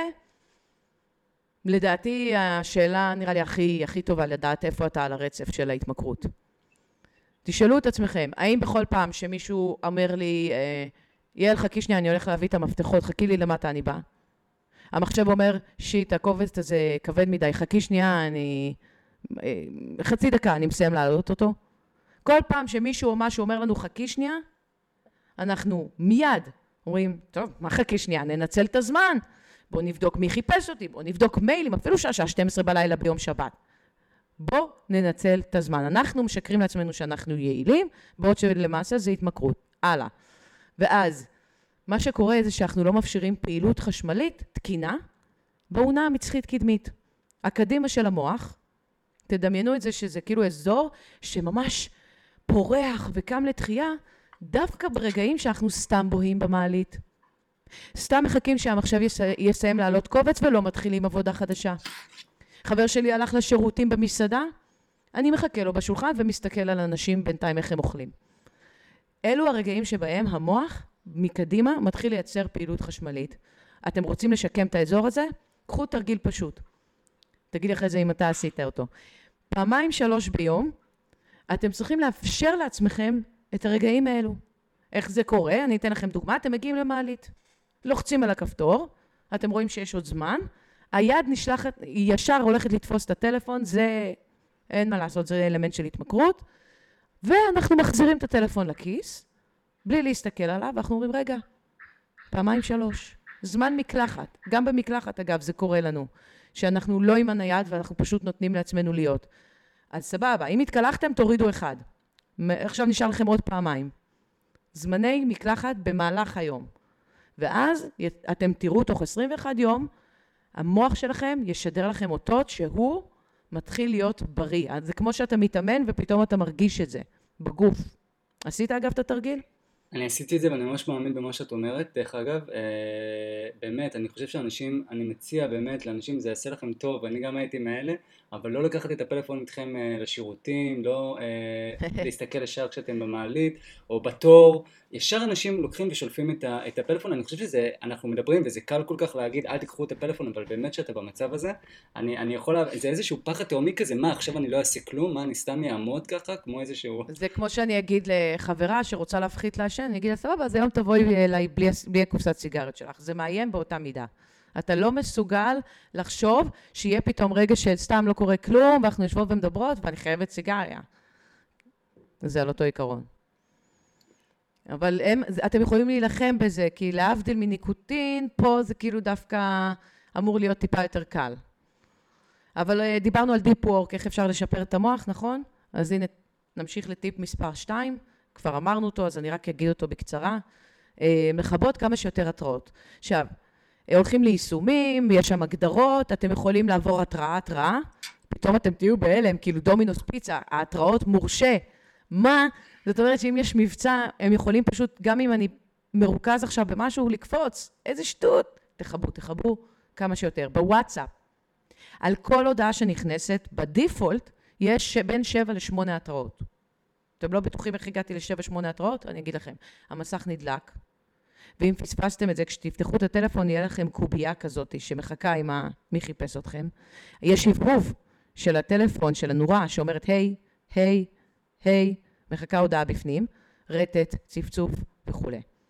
לדעתי, השאלה נראה לי הכי, הכי טובה לדעת איפה אתה על הרצף של ההתמכרות. תשאלו את עצמכם, האם בכל פעם שמישהו אומר לי, אה, יאל, חכי שנייה, אני הולך להביא את המפתחות, חכי לי למטה אני בא. המחשב אומר, שיט, הקובץ הזה כבד מדי, חכי שנייה, אני... אה, חצי דקה, אני מסיים להעלות אותו. כל פעם שמישהו או משהו אומר לנו חכי שנייה, אנחנו מיד אומרים, טוב, מה חכי שנייה? ננצל את הזמן. בואו נבדוק מי חיפש אותי, בואו נבדוק מיילים, אפילו שעה שתים עשרה בלילה ביום שבת. בואו ננצל את הזמן. אנחנו משקרים לעצמנו שאנחנו יעילים, בעוד שלמעשה זה התמכרות. הלאה. ואז, מה שקורה זה שאנחנו לא מפשירים פעילות חשמלית, תקינה, באונה מצחית קדמית. הקדימה של המוח, תדמיינו את זה שזה כאילו אזור שממש פורח וקם לתחייה, דווקא ברגעים שאנחנו סתם בוהים במעלית. סתם מחכים שהמחשב יסיים לעלות קובץ ולא מתחילים עבודה חדשה. חבר שלי הלך לשירותים במסעדה, אני מחכה לו בשולחן ומסתכל על אנשים בינתיים איך הם אוכלים. אלו הרגעים שבהם המוח מקדימה מתחיל לייצר פעילות חשמלית. אתם רוצים לשקם את האזור הזה? קחו תרגיל פשוט. תגיד אחרי זה אם אתה עשית אותו. פעמיים שלוש ביום, אתם צריכים לאפשר לעצמכם את הרגעים האלו. איך זה קורה? אני אתן לכם דוגמה. אתם מגיעים למעלית. לוחצים על הכפתור, אתם רואים שיש עוד זמן, היד נשלחת, היא ישר הולכת לתפוס את הטלפון, זה, אין מה לעשות, זה אלמנט של התמכרות, ואנחנו מחזירים את הטלפון לכיס, בלי להסתכל עליו, ואנחנו אומרים, רגע, פעמיים שלוש, זמן מקלחת, גם במקלחת אגב זה קורה לנו, שאנחנו לא עם הנייד ואנחנו פשוט נותנים לעצמנו להיות. אז סבבה, אם התקלחתם תורידו אחד, עכשיו נשאר לכם עוד פעמיים. זמני מקלחת במהלך היום. ואז אתם תראו תוך עשרים ואחד יום, המוח שלכם ישדר לכם אותות שהוא מתחיל להיות בריא. אז זה כמו שאתה מתאמן ופתאום אתה מרגיש את זה בגוף. עשית אגב את התרגיל? אני עשיתי את זה ואני ממש מאמין במה שאת אומרת, דרך אגב, אה, באמת, אני חושב שאנשים, אני מציע באמת לאנשים, זה יעשה לכם טוב, ואני גם הייתי מאלה, אבל לא לקחת את הפלאפון איתכם אה, לשירותים, לא אה, להסתכל ישר כשאתם במעלית, או בתור, ישר אנשים לוקחים ושולפים את, ה, את הפלאפון, אני חושב שזה, אנחנו מדברים, וזה קל כל כך להגיד, אל תיקחו את הפלאפון, אבל באמת שאתה במצב הזה, אני, אני יכול, זה איזשהו פחד תאומי כזה, מה, עכשיו אני לא אעשה כלום, מה, אני סתם יעמוד ככה, כמו איזשהו... זה כמו שאני אגיד לחברה שרוצה להפחית לעשן, אני אגיד לה, סבבה, אז היום תבואי אליי בלי, בלי הקופסת סיגריות שלך. זה מאיים באותה מידה. אתה לא מסוגל לחשוב שיהיה פתאום רגע שסתם לא קורה כלום, ואנחנו יושבות ומדברות, ואני חייבת סיגריה. זה על אותו עיקרון. אבל הם, אתם יכולים להילחם בזה, כי להבדיל מניקוטין, פה זה כאילו דווקא אמור להיות טיפה יותר קל. אבל דיברנו על דיפ וורק, איך אפשר לשפר את המוח, נכון? אז הנה, נמשיך לטיפ מספר שתיים. כבר אמרנו אותו, אז אני רק אגיד אותו בקצרה. מחבות כמה שיותר התראות. עכשיו, הולכים ליישומים, יש שם הגדרות, אתם יכולים לעבור התראה, התראה, פתאום אתם תהיו בהלם, כאילו דומינוס פיצה, ההתראות מורשה. מה? זאת אומרת שאם יש מבצע, הם יכולים פשוט, גם אם אני מרוכז עכשיו במשהו, לקפוץ. איזה שטות. תחברו, תחברו כמה שיותר. בוואטסאפ, על כל הודעה שנכנסת, בדיפולט, יש בין שבע לשמונה התראות. אתם לא בטוחים איך הגעתי לשבע שמונה התראות? אני אגיד לכם, המסך נדלק, ואם פספסתם את זה, כשתפתחו את הטלפון, יהיה לכם קובייה כזאת שמחכה עם ה... מי חיפש אתכם. יש הבהוב של הטלפון, של הנורה, שאומרת, היי, היי, היי, מחכה הודעה בפנים, רטט, צפצוף וכו'.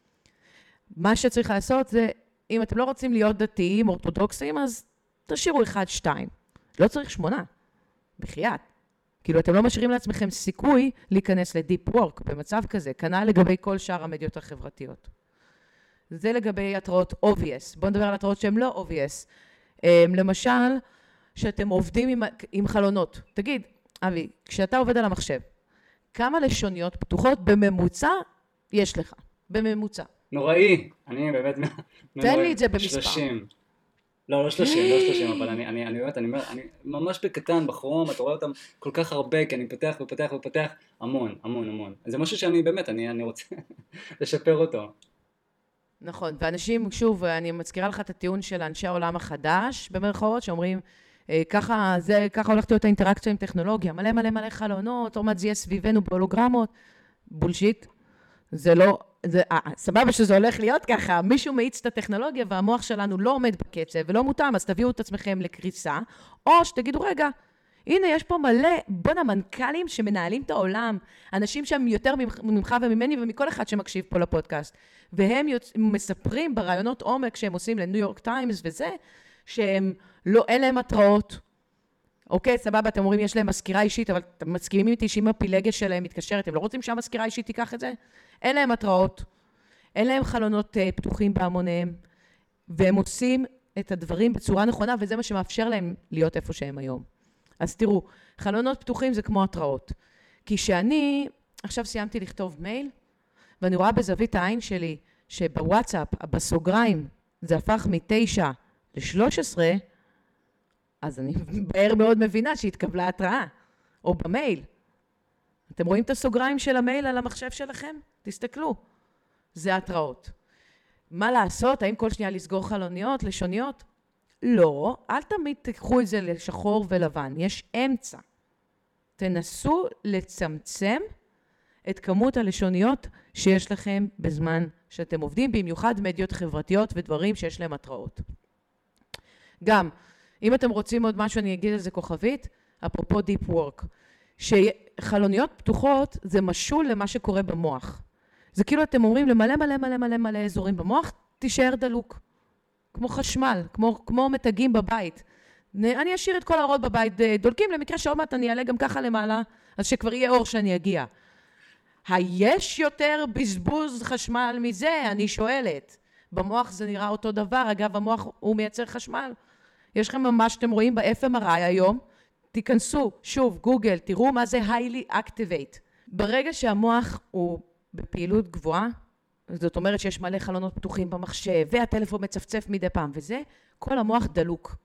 מה שצריך לעשות זה, אם אתם לא רוצים להיות דתיים, אורתודוקסים, אז תשאירו אחד, שתיים. לא צריך שמונה, בחייאת. כאילו, אתם לא משאירים לעצמכם סיכוי להיכנס לדיפ וורק במצב כזה, כנ"ל לגבי כל שאר המדיות החברתיות. זה לגבי התראות obvious. בואו נדבר על התראות שהן לא obvious. למשל, שאתם עובדים עם, עם חלונות. תגיד, אבי, כשאתה עובד על המחשב, כמה לשוניות פתוחות בממוצע יש לך? בממוצע. נוראי. אני באמת... תן לי את זה במספר. שלושים. לא, לא שלושים, לא שלושים, אבל אני, אני, אני באמת, אני אומר, אני ממש בקטן, בכרום, אתה רואה אותם כל כך הרבה, כי אני פותח ופותח ופותח המון, המון, המון. זה משהו שאני באמת, אני, אני רוצה לשפר אותו. נכון, ואנשים, שוב, אני מזכירה לך את הטיעון של אנשי העולם החדש, במרכאות, שאומרים, ככה, זה, ככה הולכת להיות האינטראקציה עם טכנולוגיה, מלא מלא מלא חלונות, עוד מעט זה יהיה סביבנו בהולוגרמות, בולשיט, זה לא... זה, סבבה שזה הולך להיות ככה, מישהו מאיץ את הטכנולוגיה והמוח שלנו לא עומד בקצב ולא מותאם, אז תביאו את עצמכם לקריסה, או שתגידו, רגע, הנה יש פה מלא, בון המנכ"לים שמנהלים את העולם, אנשים שהם יותר ממך וממני ומכל אחד שמקשיב פה לפודקאסט, והם יוצ... מספרים ברעיונות עומק שהם עושים לניו יורק טיימס וזה, שהם לא, אין להם התראות, אוקיי, סבבה, אתם אומרים, יש להם מזכירה אישית, אבל אתם מסכימים איתי שאם הפילגת שלהם מתקשרת, הם לא רוצים שהמזכירה אישית תיקח את זה? אין להם התראות, אין להם חלונות uh, פתוחים בהמוניהם, והם עושים את הדברים בצורה נכונה, וזה מה שמאפשר להם להיות איפה שהם היום. אז תראו, חלונות פתוחים זה כמו התראות. כי שאני, עכשיו סיימתי לכתוב מייל, ואני רואה בזווית העין שלי, שבוואטסאפ, בסוגריים, זה הפך מתשע לשלוש עשרה, אז אני בער מאוד מבינה שהתקבלה התראה, או במייל. אתם רואים את הסוגריים של המייל על המחשב שלכם? תסתכלו. זה התראות. מה לעשות? האם כל שנייה לסגור חלוניות, לשוניות? לא, אל תמיד תיקחו את זה לשחור ולבן. יש אמצע. תנסו לצמצם את כמות הלשוניות שיש לכם בזמן שאתם עובדים, במיוחד מדיות חברתיות ודברים שיש להם התראות. גם, אם אתם רוצים עוד משהו, אני אגיד על זה כוכבית, אפרופו Deep Work, שחלוניות פתוחות זה משול למה שקורה במוח. זה כאילו אתם אומרים למלא מלא מלא מלא מלא אזורים במוח, תישאר דלוק. כמו חשמל, כמו, כמו מתגים בבית. אני אשאיר את כל האורות בבית דולקים, למקרה שעוד מעט אני אעלה גם ככה למעלה, אז שכבר יהיה אור שאני אגיע. היש יותר בזבוז חשמל מזה? אני שואלת. במוח זה נראה אותו דבר, אגב, המוח הוא מייצר חשמל. יש לכם ממש, שאתם רואים ב-אף אם אר איי היום, תיכנסו, שוב, גוגל, תראו מה זה highly activate. ברגע שהמוח הוא בפעילות גבוהה, זאת אומרת שיש מלא חלונות פתוחים במחשב, והטלפון מצפצף מדי פעם, וזה, כל המוח דלוק.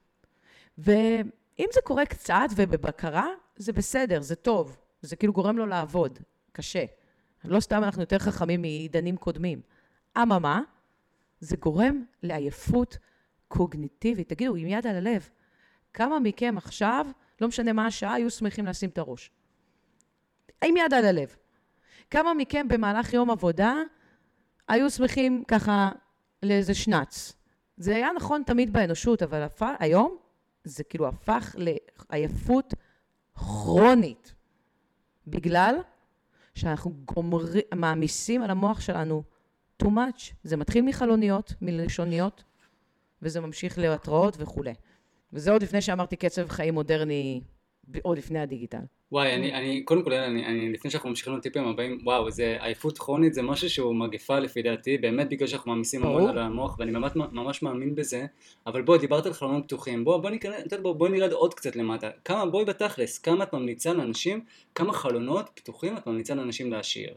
ואם זה קורה קצת ובבקרה, זה בסדר, זה טוב. זה כאילו גורם לו לעבוד, קשה. לא סתם אנחנו יותר חכמים מעידנים קודמים. אממה, זה גורם לעייפות קוגניטיבית. תגידו, עם יד על הלב, כמה מכם עכשיו, לא משנה מה השעה, היו שמחים לשים את הראש? עם יד על הלב. כמה מכם במהלך יום עבודה, היו שמחים ככה לאיזה שנץ. זה היה נכון תמיד באנושות, אבל היום זה כאילו הפך לעייפות כרונית. בגלל שאנחנו גומרים, מעמיסים על המוח שלנו too much. זה מתחיל מחלוניות, מלשוניות, וזה ממשיך להתראות וכו'. וזה עוד לפני שאמרתי קצב חיים מודרני, עוד לפני הדיגיטל. וואי, אני, אני, קודם כל, אני, אני, לפני שאנחנו ממשיכים לטיפים הבאים, וואו, זה עייפות כרונית, זה משהו שהוא מגפה לפי דעתי, באמת בגלל שאנחנו מעמיסים המון על המוח, ואני ממש, ממש מאמין בזה, אבל בואי, דיברת על חלונות פתוחים, בואי, בואי, בואי, בואי נרד עוד קצת למטה, כמה, בואי בתכלס, כמה את ממליצה לאנשים, כמה חלונות פתוחים את ממליצה לאנשים להשאיר?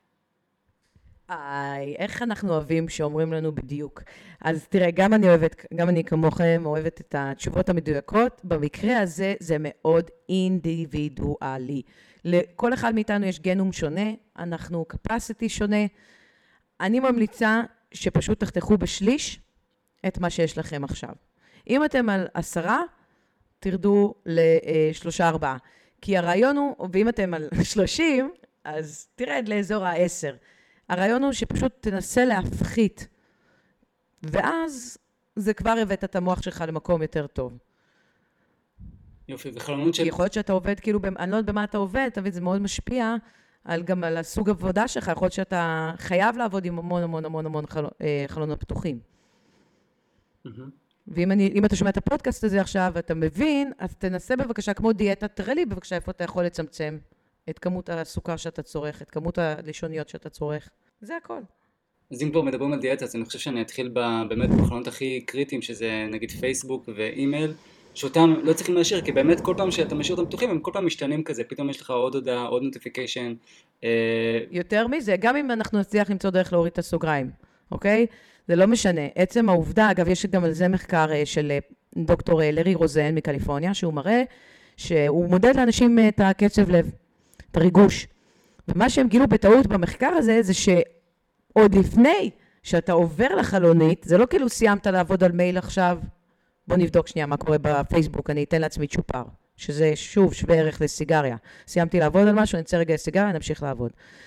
איי, איך אנחנו אוהבים שאומרים לנו בדיוק. אז תראה, גם אני אוהבת, גם אני כמוכם אוהבת את התשובות המדויקות. במקרה הזה זה מאוד אינדיבידואלי. לכל אחד מאיתנו יש גנום שונה, אנחנו capacity שונה. אני ממליצה שפשוט תחתכו בשליש את מה שיש לכם עכשיו. אם אתם על עשרה, תרדו לשלושה ארבעה. כי הרעיון הוא, ואם אתם על שלושים, אז תרד לאזור העשר. הרעיון הוא שפשוט תנסה להפחית, ואז זה כבר הבאת את המוח שלך למקום יותר טוב. יופי, וחלונות של... יכול להיות שאתה עובד, כאילו, אני לא יודעת במה אתה עובד, תמיד זה מאוד משפיע על, גם על הסוג עבודה שלך, יכול להיות שאתה חייב לעבוד עם המון המון המון המון חל... חלונות פתוחים. Mm-hmm. ואם אני, אם אתה שומע את הפודקאסט הזה עכשיו, ואתה מבין, אז תנסה בבקשה, כמו דיאטה, תראה לי בבקשה איפה אתה יכול לצמצם את כמות הסוכר שאתה צורך, את כמות הלשוניות שאתה צורך. זה הכל. אז אם כבר מדברים על דיאטה, אז אני חושב שאני אתחיל באמת בחלונות הכי קריטיים, שזה נגיד פייסבוק ואימייל, שאותם לא צריכים להשאיר, כי באמת כל פעם שאתה משאיר אותם פתוחים, הם כל פעם משתנים כזה, פתאום יש לך עוד הודעה, עוד נוטיפיקיישן. יותר מזה, גם אם אנחנו נצליח למצוא דרך להוריד את הסוגריים, אוקיי? זה לא משנה. עצם העובדה, אגב, יש גם על זה מחקר של דוקטור לרי רוזן מקליפורניה, שהוא מראה שהוא מודד לאנשים את הקצב לב, את הריגוש. ומה שהם גילו בטעות במחקר הזה, זה שעוד לפני שאתה עובר לחלונית, זה לא כאילו סיימת לעבוד על מייל עכשיו, בוא נבדוק שנייה מה קורה בפייסבוק, אני אתן לעצמי צ'ופר, שזה שוב שווה ערך לסיגריה. סיימתי לעבוד על משהו, אני אצא רגע לסיגריה, נמשיך לעבוד.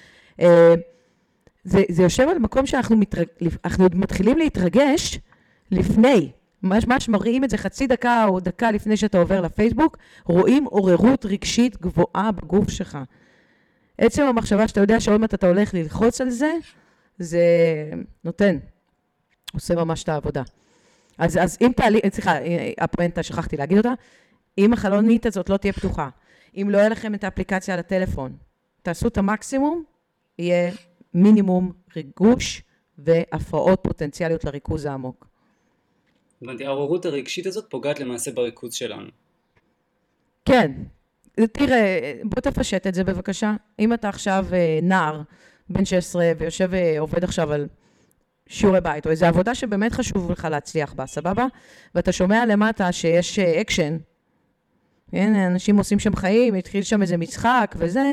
זה, זה יושב על מקום שאנחנו מתרג... אנחנו מתחילים להתרגש לפני, ממש ממש מראים את זה חצי דקה או דקה לפני שאתה עובר לפייסבוק, רואים עוררות רגשית גבוהה בגוף שלך. עצם המחשבה שאתה יודע שעוד מעט אתה הולך ללחוץ על זה, זה נותן, עושה ממש את העבודה. אז, אז אם תעלי, סליחה, הפואנטה, שכחתי להגיד אותה, אם החלונית הזאת לא תהיה פתוחה, אם לא יהיה לכם את האפליקציה על הטלפון, תעשו את המקסימום, יהיה מינימום ריגוש והפרעות פוטנציאליות לריכוז העמוק. הבנתי, העוררות הרגשית הזאת פוגעת למעשה בריכוז שלנו. כן, תראה, בוא תפשט את זה בבקשה. אם אתה עכשיו נער, בן שש עשרה, ויושב ועובד עכשיו על שיעורי בית, או איזו עבודה שבאמת חשוב לך להצליח בה, סבבה? ואתה שומע למטה שיש אקשן, כן, אנשים עושים שם חיים, התחיל שם איזה משחק וזה,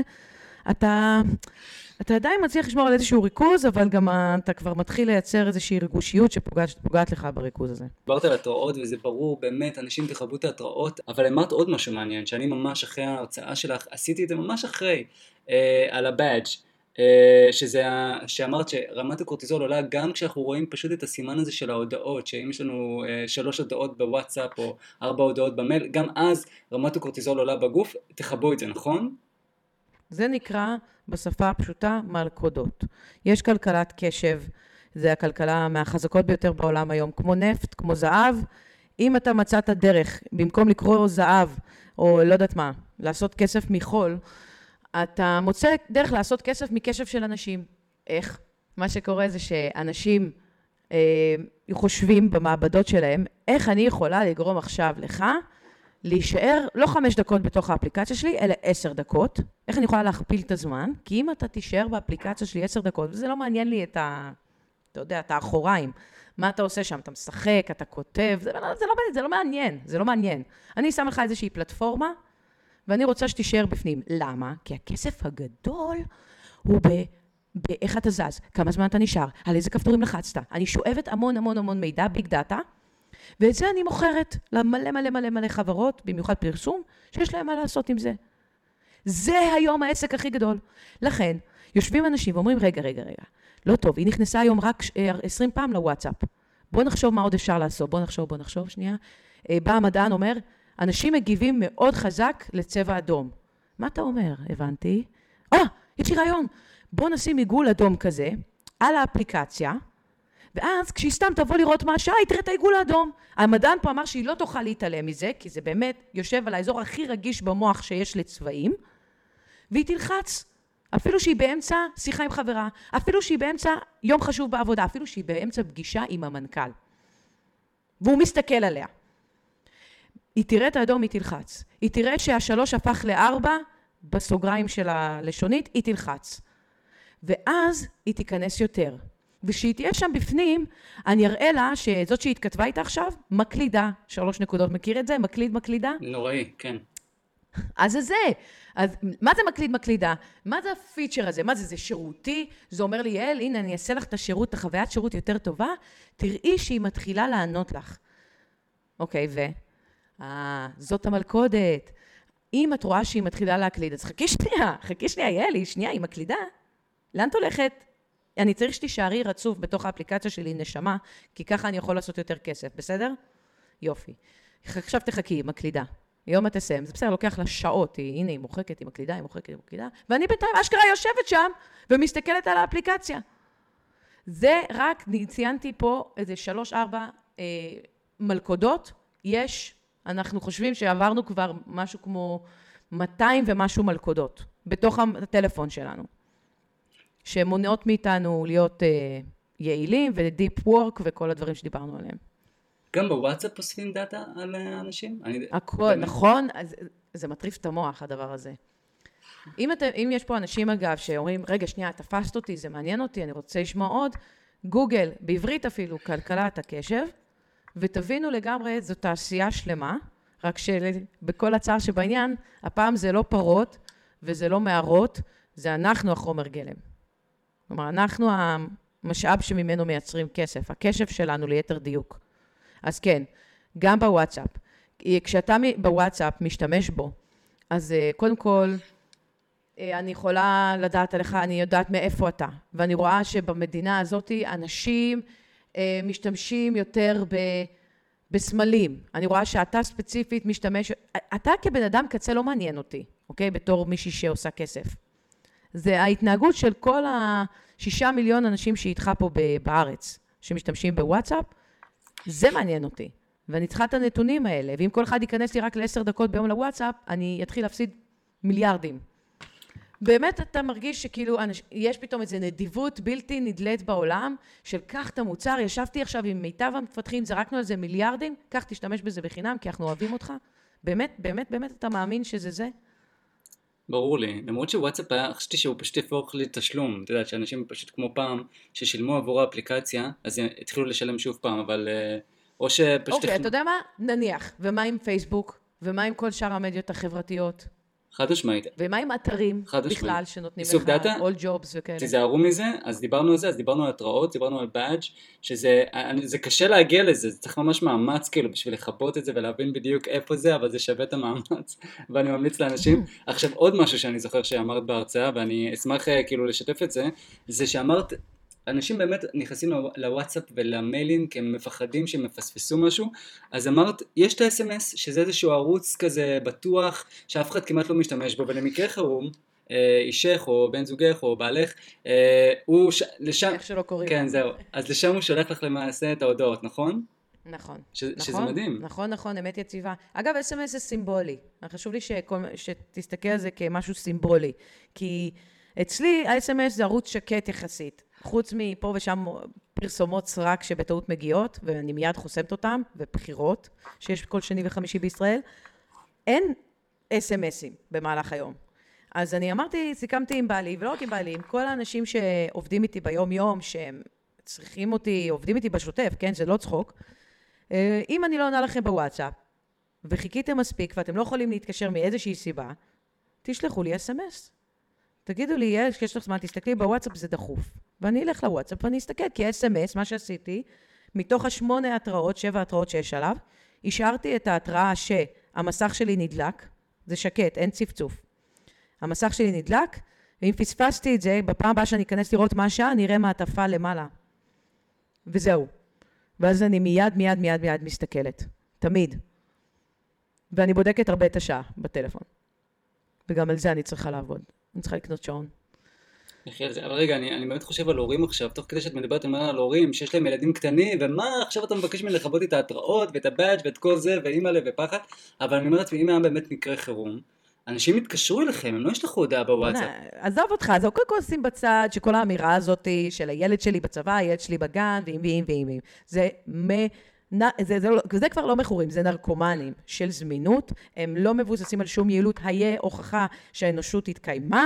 אתה, אתה עדיין מצליח לשמור על איזשהו ריכוז, אבל גם אתה כבר מתחיל לייצר איזושהי ריגושיות שפוגעת, שפוגעת לך בריכוז הזה. דיברת על התראות וזה ברור, באמת, אנשים תחברו את ההתראות, אבל אמרת עוד משהו מעניין, שאני ממש אחרי ההרצאה שלך, עשיתי את זה ממש אחרי, אה, על הבאג', אה, שזה, שאמרת שרמת הקורטיזול עולה גם כשאנחנו רואים פשוט את הסימן הזה של ההודעות, שאם יש לנו אה, שלוש הודעות בוואטסאפ או ארבע הודעות במייל, גם אז רמת הקורטיזול עולה בגוף, תחברו את זה, נכון? זה נקרא בשפה הפשוטה מלכודות. יש כלכלת קשב, זה הכלכלה מהחזקות ביותר בעולם היום, כמו נפט, כמו זהב. אם אתה מצאת דרך, במקום לקרוא זהב, או לא יודעת מה, לעשות כסף מחול, אתה מוצא דרך לעשות כסף מקשב של אנשים. איך? מה שקורה זה שאנשים אה, חושבים במעבדות שלהם, איך אני יכולה לגרום עכשיו לך, להישאר לא חמש דקות בתוך האפליקציה שלי, אלא עשר דקות. איך אני יכולה להכפיל את הזמן? כי אם אתה תישאר באפליקציה שלי עשר דקות, וזה לא מעניין לי את ה... אתה יודע, את האחוריים. מה אתה עושה שם? אתה משחק, אתה כותב, זה, זה, לא, זה לא מעניין, זה לא מעניין. אני שם לך איזושהי פלטפורמה, ואני רוצה שתישאר בפנים. למה? כי הכסף הגדול הוא ב... באיך אתה זז, כמה זמן אתה נשאר, על איזה כפתורים לחצת. אני שואבת המון המון המון מידע, ביג דאטה, ואת זה אני מוכרת למלא מלא מלא מלא חברות, במיוחד פרסום, שיש להם מה לעשות עם זה. זה היום העסק הכי גדול. לכן, יושבים אנשים ואומרים, רגע, רגע, רגע, לא טוב, היא נכנסה היום רק עשרים פעם לוואטסאפ. בוא נחשוב מה עוד אפשר לעשות, בוא נחשוב, בוא נחשוב, שנייה. בא המדען אומר, אנשים מגיבים מאוד חזק לצבע אדום. מה אתה אומר? הבנתי. אה, יש לי רעיון. בוא נשים עיגול אדום כזה על האפליקציה, ואז כשהיא סתם תבוא לראות מה השעה, היא תראה את העיגול האדום. המדען פה אמר שהיא לא תוכל להתעלם מזה, כי זה באמת יושב על האזור הכי רגיש במוח שיש לצבעים, והיא תלחץ, אפילו שהיא באמצע שיחה עם חברה, אפילו שהיא באמצע יום חשוב בעבודה, אפילו שהיא באמצע פגישה עם המנכ"ל. והוא מסתכל עליה. היא תראה את האדום, היא תלחץ. היא תראה שהשלוש הפך לארבע, בסוגריים של הלשונית, היא תלחץ. ואז היא תיכנס יותר. ושהיא תהיה שם בפנים, אני אראה לה שזאת שהיא התכתבה איתה עכשיו, מקלידה, שלוש נקודות, מכיר את זה? מקליד, מקלידה? נוראי, כן. אז זה זה. אז מה זה מקליד, מקלידה? מה זה הפיצ'ר הזה? מה זה? זה שירותי? זה אומר לי, יעל, הנה, אני אעשה לך את השירות, את החוויית שירות יותר טובה, תראי שהיא מתחילה לענות לך. אוקיי, ו? אה, זאת המלכודת. אם את רואה שהיא מתחילה להקליד, אז חכי שנייה, חכי שנייה, יעל, שנייה, היא מקלידה. לאן את הולכת? אני צריך שתישארי רצוף בתוך האפליקציה שלי נשמה, כי ככה אני יכול לעשות יותר כסף, בסדר? יופי. עכשיו תחכי, היא מקלידה. יום את תסיים, זה בסדר, לוקח לה שעות, היא, הנה היא מוחקת, היא מקלידה, היא מוחקת, היא מקלידה, ואני בינתיים אשכרה יושבת שם, ומסתכלת על האפליקציה. זה רק, ציינתי פה איזה שלוש, ארבע אה, מלכודות, יש, אנחנו חושבים שעברנו כבר משהו כמו מאתיים ומשהו מלכודות, בתוך הטלפון שלנו. שמונעות מאיתנו להיות אה, יעילים ודיפ וורק וכל הדברים שדיברנו עליהם. גם בוואטסאפ אוספים דאטה על אנשים? אני... הכל, נכון, אז, זה מטריף את המוח הדבר הזה. אם, את, אם יש פה אנשים אגב שאומרים, רגע שנייה, תפסת אותי, זה מעניין אותי, אני רוצה לשמוע עוד, גוגל, בעברית אפילו, כלכלת הקשב, ותבינו לגמרי, זו תעשייה שלמה, רק שבכל הצער שבעניין, הפעם זה לא פרות וזה לא מערות, זה אנחנו החומר גלם. כלומר, אנחנו המשאב שממנו מייצרים כסף, הקשב שלנו ליתר דיוק. אז כן, גם בוואטסאפ. כשאתה בוואטסאפ משתמש בו, אז קודם כל, אני יכולה לדעת עליך, אני יודעת מאיפה אתה. ואני רואה שבמדינה הזאת אנשים משתמשים יותר בסמלים. אני רואה שאתה ספציפית משתמש, אתה כבן אדם קצה לא מעניין אותי, אוקיי? בתור מישהי שעושה כסף. זה ההתנהגות של כל השישה מיליון אנשים שאיתך פה בארץ, שמשתמשים בוואטסאפ, זה מעניין אותי. ואני צריכה את הנתונים האלה, ואם כל אחד ייכנס לי רק לעשר דקות ביום לוואטסאפ, אני אתחיל להפסיד מיליארדים. באמת אתה מרגיש שכאילו יש פתאום איזו נדיבות בלתי נדלית בעולם, של קח את המוצר, ישבתי עכשיו עם מיטב המפתחים, זרקנו על זה מיליארדים, קח תשתמש בזה בחינם, כי אנחנו אוהבים אותך. באמת, באמת, באמת אתה מאמין שזה זה? ברור לי, למרות שוואטסאפ היה, חשבתי שהוא פשוט יפוך לי תשלום, אתה יודעת שאנשים פשוט כמו פעם ששילמו עבור האפליקציה, אז התחילו לשלם שוב פעם, אבל או שפשוט... אוקיי, אתה יודע מה? נניח, ומה עם פייסבוק? ומה עם כל שאר המדיות החברתיות? חד משמעית. ומה עם אתרים בכלל שנותנים לך, דאטה, all jobs וכאלה? תיזהרו מזה, אז דיברנו על זה, אז דיברנו על התראות, דיברנו על badge, שזה זה קשה להגיע לזה, זה צריך ממש מאמץ כאילו בשביל לחבות את זה ולהבין בדיוק איפה זה, אבל זה שווה את המאמץ, ואני ממליץ לאנשים. עכשיו עוד משהו שאני זוכר שאמרת בהרצאה, ואני אשמח כאילו לשתף את זה, זה שאמרת, אנשים באמת נכנסים לוואטסאפ ולמיילים כי הם מפחדים שהם מפספסו משהו, אז אמרת, יש את ה-אס אם אס שזה איזשהו ערוץ כזה בטוח שאף אחד כמעט לא משתמש בו, ולמקרה חירום, אישך או בן זוגך או בעלך, הוא לשם, איך שלא קוראים. כן זהו, אז לשם הוא שולח לך למעשה את ההודעות, נכון? נכון. ש- נכון, שזה מדהים. נכון, נכון, אמת יציבה. אגב, אס אם אס זה סימבולי. חשוב לי שכל, שתסתכל על זה כמשהו סימבולי, כי אצלי ה-אס אם אס זה ערוץ שקט יחסית. חוץ מפה ושם פרסומות סרק שבטעות מגיעות, ואני מיד חוסמת אותם, ובחירות שיש כל שני וחמישי בישראל, אין אס אם אסים במהלך היום. אז אני אמרתי, סיכמתי עם בעלי, ולא רק עם בעלי, עם כל האנשים שעובדים איתי ביום יום, שהם צריכים אותי, עובדים איתי בשוטף, כן, זה לא צחוק. אם אני לא עונה לכם בוואטסאפ, וחיכיתם מספיק, ואתם לא יכולים להתקשר מאיזושהי סיבה, תשלחו לי אס אם אס. תגידו לי, יש, יש לך זמן, תסתכלי בוואטסאפ, זה דחוף. ואני אלך לוואטסאפ ואני אסתכל, כי אס אם אס, מה שעשיתי, מתוך השמונה התראות, שבע התראות שיש עליו, השארתי את ההתראה שהמסך שלי נדלק, זה שקט, אין צפצוף. המסך שלי נדלק, ואם פספסתי את זה, בפעם הבאה שאני אכנס לראות מה השעה, אני אראה מעטפה למעלה. וזהו. ואז אני מיד, מיד, מיד, מיד מסתכלת. תמיד. ואני בודקת הרבה את השעה בטלפון. וגם על זה אני צריכה לעבוד. אני צריכה לקנות שעון. אבל רגע, אני, אני באמת חושב על הורים עכשיו, תוך כדי שאת מדברת על הורים שיש להם ילדים קטנים, ומה עכשיו אתה מבקש ממני לכבות את ההתראות ואת הבאג' ואת כל זה, ואימא לב ופחד, אבל אני אומרת, ואם היה באמת מקרה חירום, אנשים יתקשרו אליכם, הם לא ישלחו הודעה בוואטסאפ. עזוב אותך, אז קודם כל עושים בצד שכל האמירה הזאת של הילד שלי בצבא, הילד שלי בגן, ואם ואם ואם ואם. זה מ... זה, זה, זה כבר לא מכורים, זה נרקומנים של זמינות, הם לא מבוססים על שום יעילות, היה הוכחה שהאנושות התקיימה,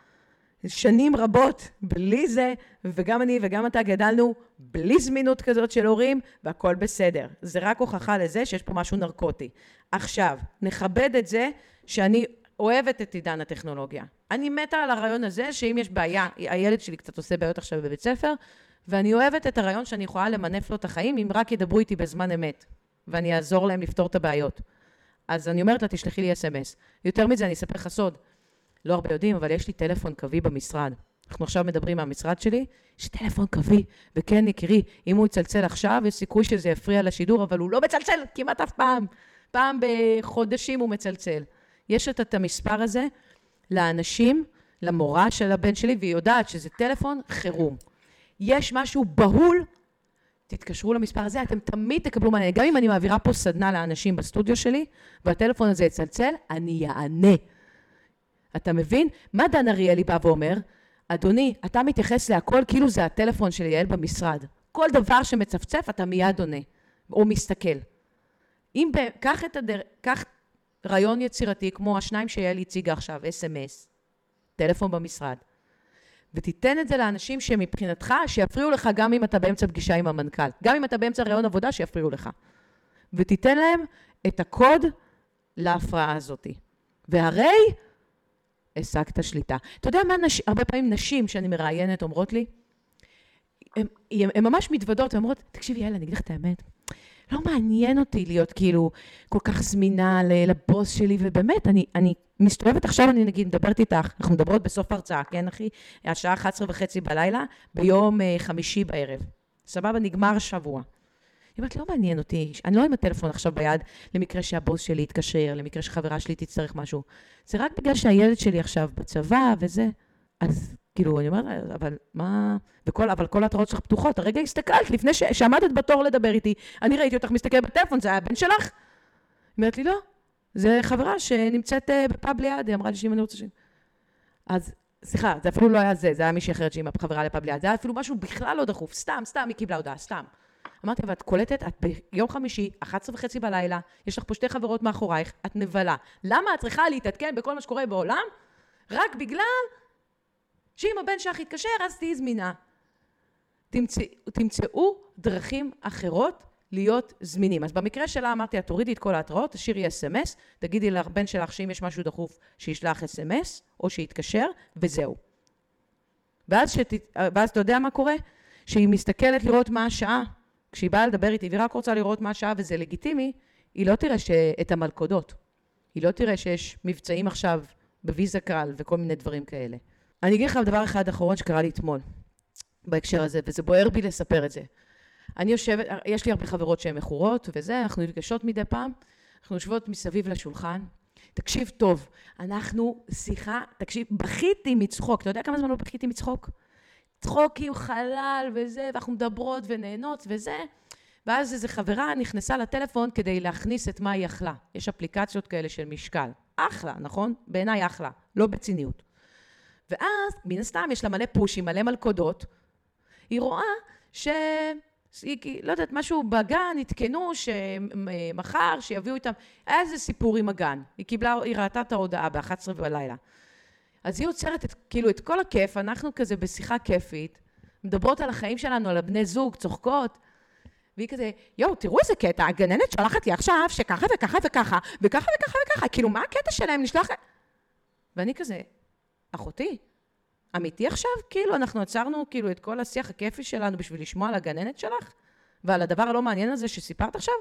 שנים רבות בלי זה, וגם אני וגם אתה גדלנו בלי זמינות כזאת של הורים, והכל בסדר. זה רק הוכחה לזה שיש פה משהו נרקוטי. עכשיו, נכבד את זה שאני אוהבת את עידן הטכנולוגיה. אני מתה על הרעיון הזה שאם יש בעיה, הילד שלי קצת עושה בעיות עכשיו בבית ספר, ואני אוהבת את הרעיון שאני יכולה למנף לו את החיים, אם רק ידברו איתי בזמן אמת, ואני אעזור להם לפתור את הבעיות. אז אני אומרת לה, תשלחי לי אס אם אס. יותר מזה, אני אספר לך סוד. לא הרבה יודעים, אבל יש לי טלפון קווי במשרד. אנחנו עכשיו מדברים מהמשרד שלי, יש טלפון קווי, וכן, יקירי, אם הוא יצלצל עכשיו, יש סיכוי שזה יפריע לשידור, אבל הוא לא מצלצל כמעט אף פעם. פעם בחודשים הוא מצלצל. יש את, את המספר הזה לאנשים, למורה של הבן שלי, והיא יודעת שזה טלפון חירום. יש משהו בהול, תתקשרו למספר הזה, אתם תמיד תקבלו מענה. גם אם אני מעבירה פה סדנה לאנשים בסטודיו שלי, והטלפון הזה יצלצל, אני יענה. אתה מבין? מה דן אריאלי בא ואומר? אדוני, אתה מתייחס להכל כאילו זה הטלפון של יעל במשרד. כל דבר שמצפצף, אתה מיד עונה, או מסתכל. אם קח את הדר... קח רעיון יצירתי, כמו השניים שיעל הציגה עכשיו, אס אם אס, טלפון במשרד, ותיתן את זה לאנשים שמבחינתך, שיפריעו לך גם אם אתה באמצע פגישה עם המנכ"ל, גם אם אתה באמצע רעיון עבודה, שיפריעו לך. ותיתן להם את הקוד להפרעה הזאת. והרי השגת שליטה. אתה יודע מה נש... הרבה פעמים נשים שאני מראיינת אומרות לי, הן ממש מתוודות, הן אומרות, תקשיבי יאללה, אני אגיד לך את האמת, לא מעניין אותי להיות כאילו כל כך זמינה לבוס שלי, ובאמת, אני, אני מסתובבת עכשיו, אני נגיד מדברת איתך, אנחנו מדברות בסוף הרצאה, כן אחי? השעה אחת עשרה וחצי בלילה, ביום חמישי בערב. סבבה, נגמר שבוע. היא אומרת, לא מעניין אותי, אני לא עם הטלפון עכשיו ביד, למקרה שהבוס שלי יתקשר, למקרה שחברה שלי תצטרך משהו. זה רק בגלל שהילד שלי עכשיו בצבא וזה. אז כאילו, אני אומרת, אבל מה... וכל, אבל כל התראות שלך פתוחות. הרגע הסתכלת, לפני ש... שעמדת בתור לדבר איתי, אני ראיתי אותך מסתכל בטלפון, זה היה הבן שלך? היא אומרת לי, לא. זה חברה שנמצאת בפאב ליד, היא אמרה לי שאם אני רוצה ש... אז סליחה, זה אפילו לא היה זה, זה היה מישהי אחרת שהיא חברה לפעם ליד, זה היה אפילו משהו בכלל לא דחוף, סתם, סתם, היא קיבלה הודעה, סתם. אמרתי, ואת קולטת, את ביום חמישי, אחת עשרה וחצי בלילה, יש לך פה שתי חברות מאחורייך, את נבלה. למה את צריכה להתעדכן בכל מה שקורה בעולם? רק בגלל שאם הבן שלך יתקשר, אז תהי זמינה. תמצא, תמצאו דרכים אחרות להיות זמינים. אז במקרה שלה אמרתי, את תורידי את כל ההתראות, תשאירי אס אם אס, תגידי לבן שלך שאם יש משהו דחוף, שישלח אס אם אס, או שיתקשר, וזהו. ואז, שת... ואז אתה יודע מה קורה? שהיא מסתכלת לראות מה השעה, כשהיא באה לדבר איתי, והיא רק רוצה לראות מה השעה, וזה לגיטימי, היא לא תראה את המלכודות. היא לא תראה שיש מבצעים עכשיו בוויזה קל וכל מיני דברים כאלה. אני אגיד לך דבר אחד אחרון שקרה לי אתמול, בהקשר הזה, וזה בוער בי לספר את זה. אני יושבת, יש לי הרבה חברות שהן מכורות, וזה, אנחנו נפגשות מדי פעם, אנחנו יושבות מסביב לשולחן, תקשיב טוב, אנחנו שיחה, תקשיב, בכיתי מצחוק, אתה יודע כמה זמן לא בכיתי מצחוק? צחוקים, חלל וזה, ואנחנו מדברות ונהנות וזה, ואז איזו חברה נכנסה לטלפון כדי להכניס את מה היא אכלה. יש אפליקציות כאלה של משקל. אחלה, נכון? בעיניי אחלה, לא בציניות. ואז, מן הסתם, יש לה מלא פושים, מלא מלכודות. היא רואה ש... היא, לא יודעת, משהו בגן, התקנו שמחר, שיביאו איתם. היה איזה סיפור עם הגן. היא קיבלה, היא ראתה את ההודעה ב-אחת עשרה בלילה. אז היא עוצרת את, כאילו, את כל הכיף, אנחנו כזה בשיחה כיפית, מדברות על החיים שלנו, על הבני זוג, צוחקות, והיא כזה, יואו, תראו איזה קטע, הגננת שלחת לי עכשיו שככה וככה וככה, וככה וככה וככה, כאילו, מה הקטע שלהם נשלח? ואני כזה, אחותי, אמיתי עכשיו? כאילו, אנחנו עצרנו כאילו את כל השיח הכיפי שלנו בשביל לשמוע על הגננת שלך, ועל הדבר הלא מעניין הזה שסיפרת עכשיו?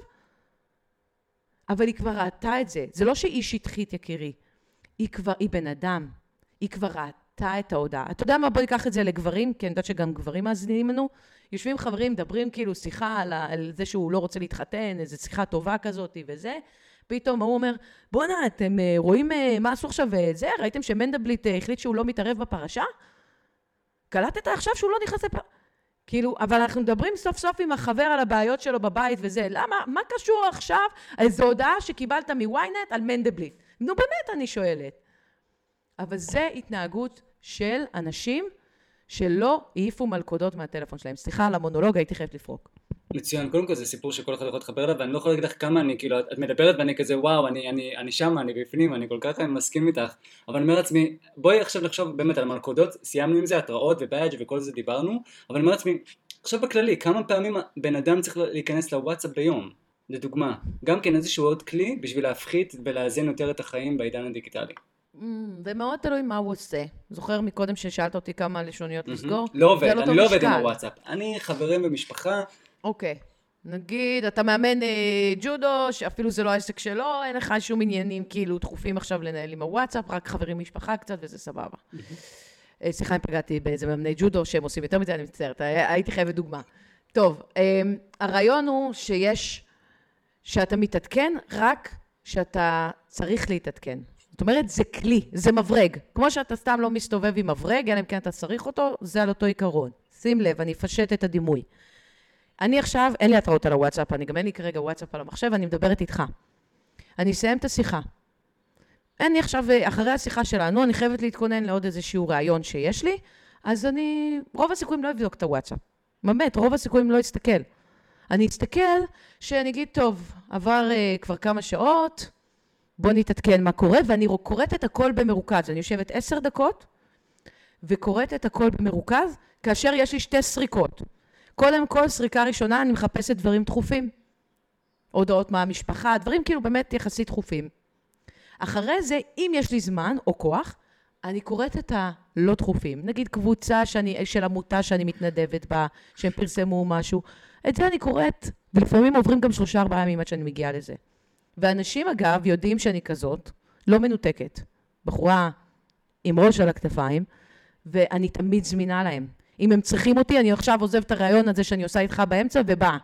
אבל היא כבר ראתה את זה, זה לא שהיא שטחית יקירי, היא כבר, היא בן אדם, היא כבר ראתה את ההודעה. אתה יודע מה, בוא ניקח את זה לגברים, כי אני יודעת שגם גברים מאזינים לנו, יושבים חברים, מדברים כאילו שיחה על, על זה שהוא לא רוצה להתחתן, איזו שיחה טובה כזאת וזה, פתאום הוא אומר, בוא נה, אתם רואים מה עשו עכשיו וזה, ראיתם שמנדלבליט החליט שהוא לא מתערב בפרשה? קלטת עכשיו שהוא לא נכנס לפרשה? כאילו, אבל אנחנו מדברים סוף סוף עם החבר על הבעיות שלו בבית וזה, למה, מה קשור עכשיו איזו הודעה שקיבלת מוויינט על מנדלבליט? נו באמת אני שואלת. אבל זה התנהגות של אנשים שלא העיפו מלכודות מהטלפון שלהם. סליחה על המונולוג, הייתי חייבת לפרוק. מצוין, קודם כל זה סיפור שכל אחד יכול להתחבר אליו, ואני לא יכול להגיד לך כמה אני, כאילו, את מדברת ואני כזה, וואו, אני, אני, אני שם, אני בפנים, אני כל כך מסכים איתך, אבל אני אומר לעצמי, בואי עכשיו לחשוב באמת על מלכודות, סיימנו עם זה, התראות ובאג' וכל זה דיברנו, אבל אני אומר לעצמי, עכשיו בכללי, כמה פעמים בן אדם צריך להיכנס לוואטסאפ ביום, לדוגמה, גם כן איזשהו עוד כלי בשביל להפחית ולאזן יותר את החיים בעידן הדיגיטלי. זה מאוד תלוי מה הוא עושה. זוכר מקודם ששאלת אותי כמה לשוניות לסגור? לא עובד, אני לא עובד עם הוואטסאפ. אני חברים במשפחה. אוקיי. נגיד, אתה מאמן ג'ודו, שאפילו זה לא העסק שלו, אין לך שום עניינים כאילו דחופים עכשיו לנהל עם הוואטסאפ, רק חברים משפחה קצת וזה סבבה. סליחה, אם פגעתי באיזה מאמני ג'ודו שהם עושים יותר מזה, אני מצטערת. הייתי חייבת דוגמה. טוב, הרעיון הוא שיש, שאתה מתעדכן רק שאתה צריך להתעדכן. זאת אומרת, זה כלי, זה מברג. כמו שאתה סתם לא מסתובב עם מברג, אלא אם כן אתה צריך אותו, זה על אותו עיקרון. שים לב, אני אפשט את הדימוי. אני עכשיו, אין לי התראות על הוואטסאפ, אני גם אין לי כרגע וואטסאפ על המחשב, אני מדברת איתך. אני אסיים את השיחה. אין לי עכשיו, אחרי השיחה שלנו, אני חייבת להתכונן לעוד איזשהו רעיון שיש לי, אז אני, רוב הסיכויים לא אבדוק את הוואטסאפ. באמת, רוב הסיכויים לא אסתכל. אני אסתכל שאני אגיד, טוב, עבר uh, כבר כמה שעות, בוא נתעדכן מה קורה, ואני קוראת את הכל במרוכז. אני יושבת עשר דקות, וקוראת את הכל במרוכז, כאשר יש לי שתי סריקות. קודם כל, סריקה ראשונה, אני מחפשת דברים דחופים. הודעות מהמשפחה, דברים כאילו באמת יחסית דחופים. אחרי זה, אם יש לי זמן או כוח, אני קוראת את הלא דחופים. נגיד קבוצה שאני, של עמותה שאני מתנדבת בה, שהם פרסמו משהו. את זה אני קוראת, ולפעמים עוברים גם שלושה ארבעה ימים עד שאני מגיעה לזה. ואנשים אגב יודעים שאני כזאת, לא מנותקת. בחורה עם ראש על הכתפיים, ואני תמיד זמינה להם. אם הם צריכים אותי, אני עכשיו עוזב את הרעיון הזה שאני עושה איתך באמצע ובא.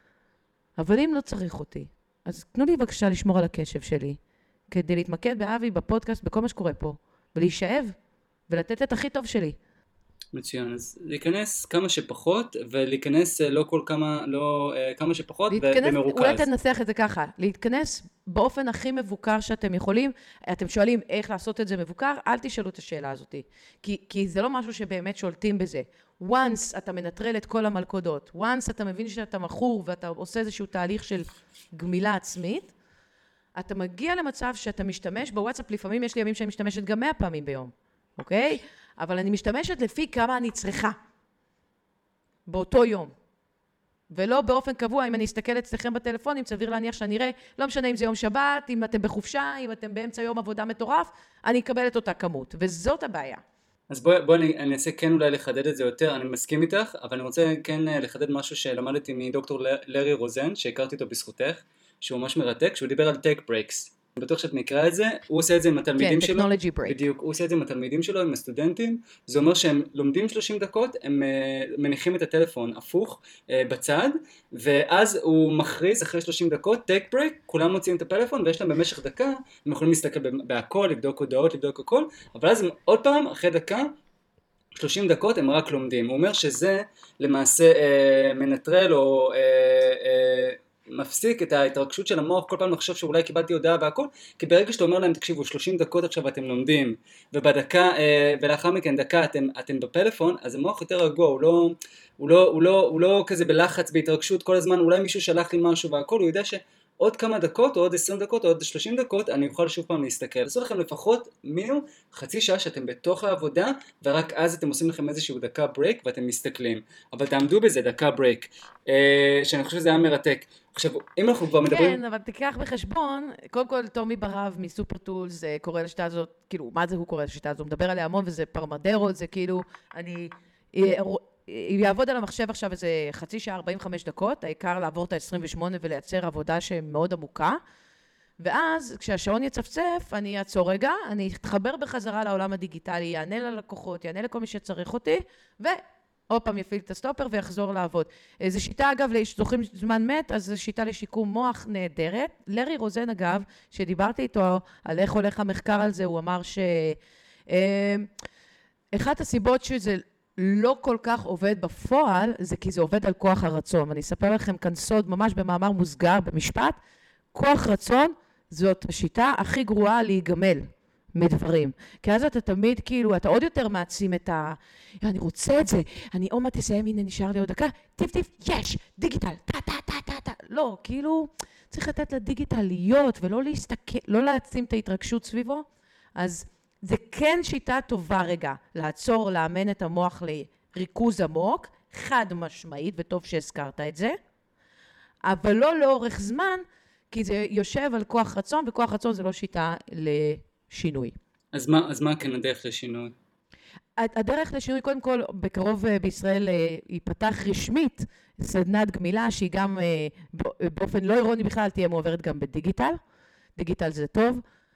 אבל אם לא צריך אותי, אז תנו לי בבקשה לשמור על הקשב שלי, כדי להתמקד באבי, בפודקאסט, בכל מה שקורה פה, ולהישאב, ולתת את הכי טוב שלי. מצוין, אז להיכנס כמה שפחות, ולהיכנס לא כל כמה, לא כמה שפחות, ומרוכז. אולי תנסח את זה ככה, להתכנס באופן הכי מבוקר שאתם יכולים, אתם שואלים איך לעשות את זה מבוקר, אל תשאלו את השאלה הזאת, כי, כי זה לא משהו שבאמת שולטים בזה. once אתה מנטרל את כל המלכודות, once אתה מבין שאתה מכור, ואתה עושה איזשהו תהליך של גמילה עצמית, אתה מגיע למצב שאתה משתמש בוואטסאפ, לפעמים יש לי ימים שאני משתמשת גם מאה פעמים ביום, אוקיי? אבל אני משתמשת לפי כמה אני צריכה, באותו יום. ולא באופן קבוע, אם אני אסתכל אצלכם בטלפונים, סביר להניח שאני אראה, לא משנה אם זה יום שבת, אם אתם בחופשה, אם אתם באמצע יום עבודה מטורף, אני אקבל את אותה כמות, וזאת הבעיה. אז בואי בוא אני, אני אנסה כן אולי לחדד את זה יותר, אני מסכים איתך, אבל אני רוצה כן לחדד משהו שלמדתי מדוקטור לרי רוזן, שהכרתי אותו בזכותך, שהוא ממש מרתק, שהוא דיבר על tech breaks. אני בטוח שאת נקרא את זה, הוא עושה את זה עם התלמידים כן, שלו. technology break. בדיוק, הוא עושה את זה עם התלמידים שלו, עם הסטודנטים. זה אומר שהם לומדים שלושים דקות, הם uh, מניחים את הטלפון הפוך uh, בצד, ואז הוא מכריז אחרי שלושים דקות, take break, כולם מוציאים את הפלאפון, ויש להם במשך דקה, הם יכולים להסתכל בהכל, לבדוק הודעות, לבדוק הכל, אבל אז הם עוד פעם, אחרי דקה, שלושים דקות הם רק לומדים. הוא אומר שזה למעשה uh, מנטרל או... Uh, uh, מפסיק את ההתרגשות של המוח, כל פעם לחשוב שאולי קיבלתי הודעה והכל, כי ברגע שאתה אומר להם, תקשיבו, שלושים דקות עכשיו אתם לומדים, ובדקה, ולאחר מכן דקה אתם, אתם בפלאפון, אז המוח יותר רגוע, הוא לא, הוא לא, הוא לא, הוא לא כזה בלחץ, בהתרגשות כל הזמן, אולי מישהו שלח לי משהו והכל, הוא יודע שעוד כמה דקות, או עוד עשרים דקות, או עוד שלושים דקות, אני אוכל שוב פעם להסתכל. עשו לכם לפחות מינימום חצי שעה שאתם בתוך העבודה, ורק אז אתם עושים לכם איזשהו דקה ברייק, ואתם מסתכלים. אבל תעמדו בזה, דקה ברייק, שאני חושב שזה היה מרתק. עכשיו, אם אנחנו כבר מדברים... כן, אבל תיקח בחשבון, קודם כל, תומי ברב מסופר טולס קורא לשיטה הזאת, כאילו, מה זה הוא קורא לשיטה הזאת? הוא מדבר עליה המון, וזה פרמדרו, זה כאילו, אני... יעבוד על המחשב עכשיו איזה חצי שעה, ארבעים וחמש דקות, העיקר לעבור את ה-עשרים ושמונה ולייצר עבודה שמאוד עמוקה, ואז כשהשעון יצפצף, אני אעצור רגע, אני אתחבר בחזרה לעולם הדיגיטלי, יענה ללקוחות, יענה לכל מי שצריך אותי, ו... עוד פעם יפעיל את הסטופר ויחזור לעבוד. זו שיטה, אגב, זוכרים זמן מת, אז זו שיטה לשיקום מוח נהדרת. לרי רוזן, אגב, שדיברתי איתו על איך הולך המחקר על זה, הוא אמר ש... אחת הסיבות שזה לא כל כך עובד בפועל, זה כי זה עובד על כוח הרצון. ואני אספר לכם כאן סוד, ממש במאמר מוסגר, במשפט, כוח רצון זאת השיטה הכי גרועה להיגמל. מדברים. כי אז אתה תמיד כאילו, אתה עוד יותר מעצים את ה... אני רוצה את זה, אני עוד מעט תסיים, הנה נשאר לי עוד דקה, טיפ טיפ, יש, דיגיטל, טה טה טה טה טה. לא, כאילו, צריך לתת לדיגיטל להיות, ולא להסתכל, לא להעצים את ההתרגשות סביבו. אז זה כן שיטה טובה רגע, לעצור, לאמן את המוח לריכוז עמוק, חד משמעית, וטוב שהזכרת את זה, אבל לא לאורך זמן, כי זה יושב על כוח רצון, וכוח רצון זה לא שיטה ל... שינוי. אז מה, אז מה כן הדרך לשינוי? הדרך לשינוי, קודם כל, בקרוב בישראל ייפתח רשמית סדנת גמילה, שהיא גם באופן לא אירוני בכלל, תהיה מועברת גם בדיגיטל. דיגיטל זה טוב,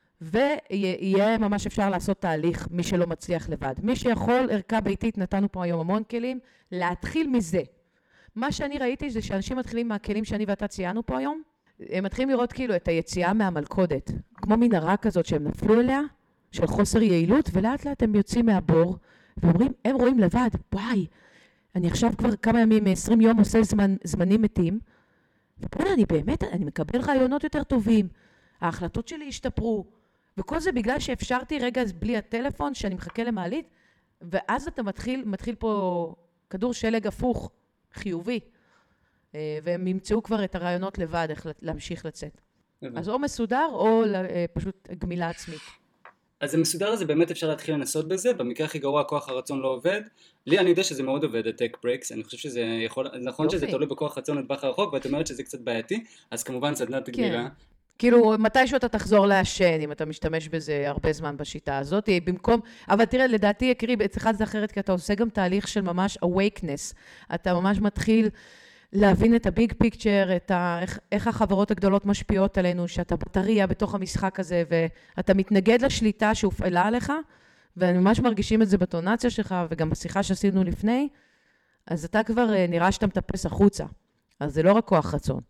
ויהיה ממש אפשר לעשות תהליך, מי שלא מצליח לבד. מי שיכול, ערכה ביתית, נתנו פה היום המון כלים, להתחיל מזה. מה שאני ראיתי זה שאנשים מתחילים מהכלים שאני ואתה ציינו פה היום, הם מתחילים לראות כאילו את היציאה מהמלכודת, כמו מנהרה כזאת שהם נפלו אליה, של חוסר יעילות, ולאט לאט הם יוצאים מהבור, ואומרים, הם רואים לבד, וואי, אני עכשיו כבר כמה ימים, עשרים יום עושה זמן, זמנים מתים, ובוא'נה, אני באמת, אני מקבל רעיונות יותר טובים, ההחלטות שלי השתפרו, וכל זה בגלל שאפשרתי רגע בלי הטלפון, שאני מחכה למעלית, ואז אתה מתחיל, מתחיל פה כדור שלג הפוך, חיובי, והם ימצאו כבר את הרעיונות לבד, איך להמשיך לצאת. אז או מסודר, או פשוט גמילה עצמית. אז המסודר הזה באמת אפשר להתחיל לנסות בזה, במקרה הכי גרוע כוח הרצון לא עובד. לי אני יודע שזה מאוד עובד, ה-tech breaks, אני חושב שזה יכול, נכון שזה תלוי בכוח הרצון לטווח הרחוק, ואת אומרת שזה קצת בעייתי, אז כמובן סדנת גמילה. כאילו, מתישהו אתה תחזור לעשן, אם אתה משתמש בזה הרבה זמן בשיטה הזאת, במקום, אבל תראה, לדעתי, יקרי, אצלך זה אחרת, כי אתה עושה גם תהליך של ממש awakeness, אתה ממש מתחיל להבין את הביג פיקצ'ר, את ה, איך, איך החברות הגדולות משפיעות עלינו, שאתה בטריה בתוך המשחק הזה, ואתה מתנגד לשליטה שהופעלה עליך, ואני ממש מרגישים את זה בטונציה שלך, וגם בשיחה שעשינו לפני, אז אתה כבר נראה שאתה מטפס החוצה. אז זה לא רק כוח רצון.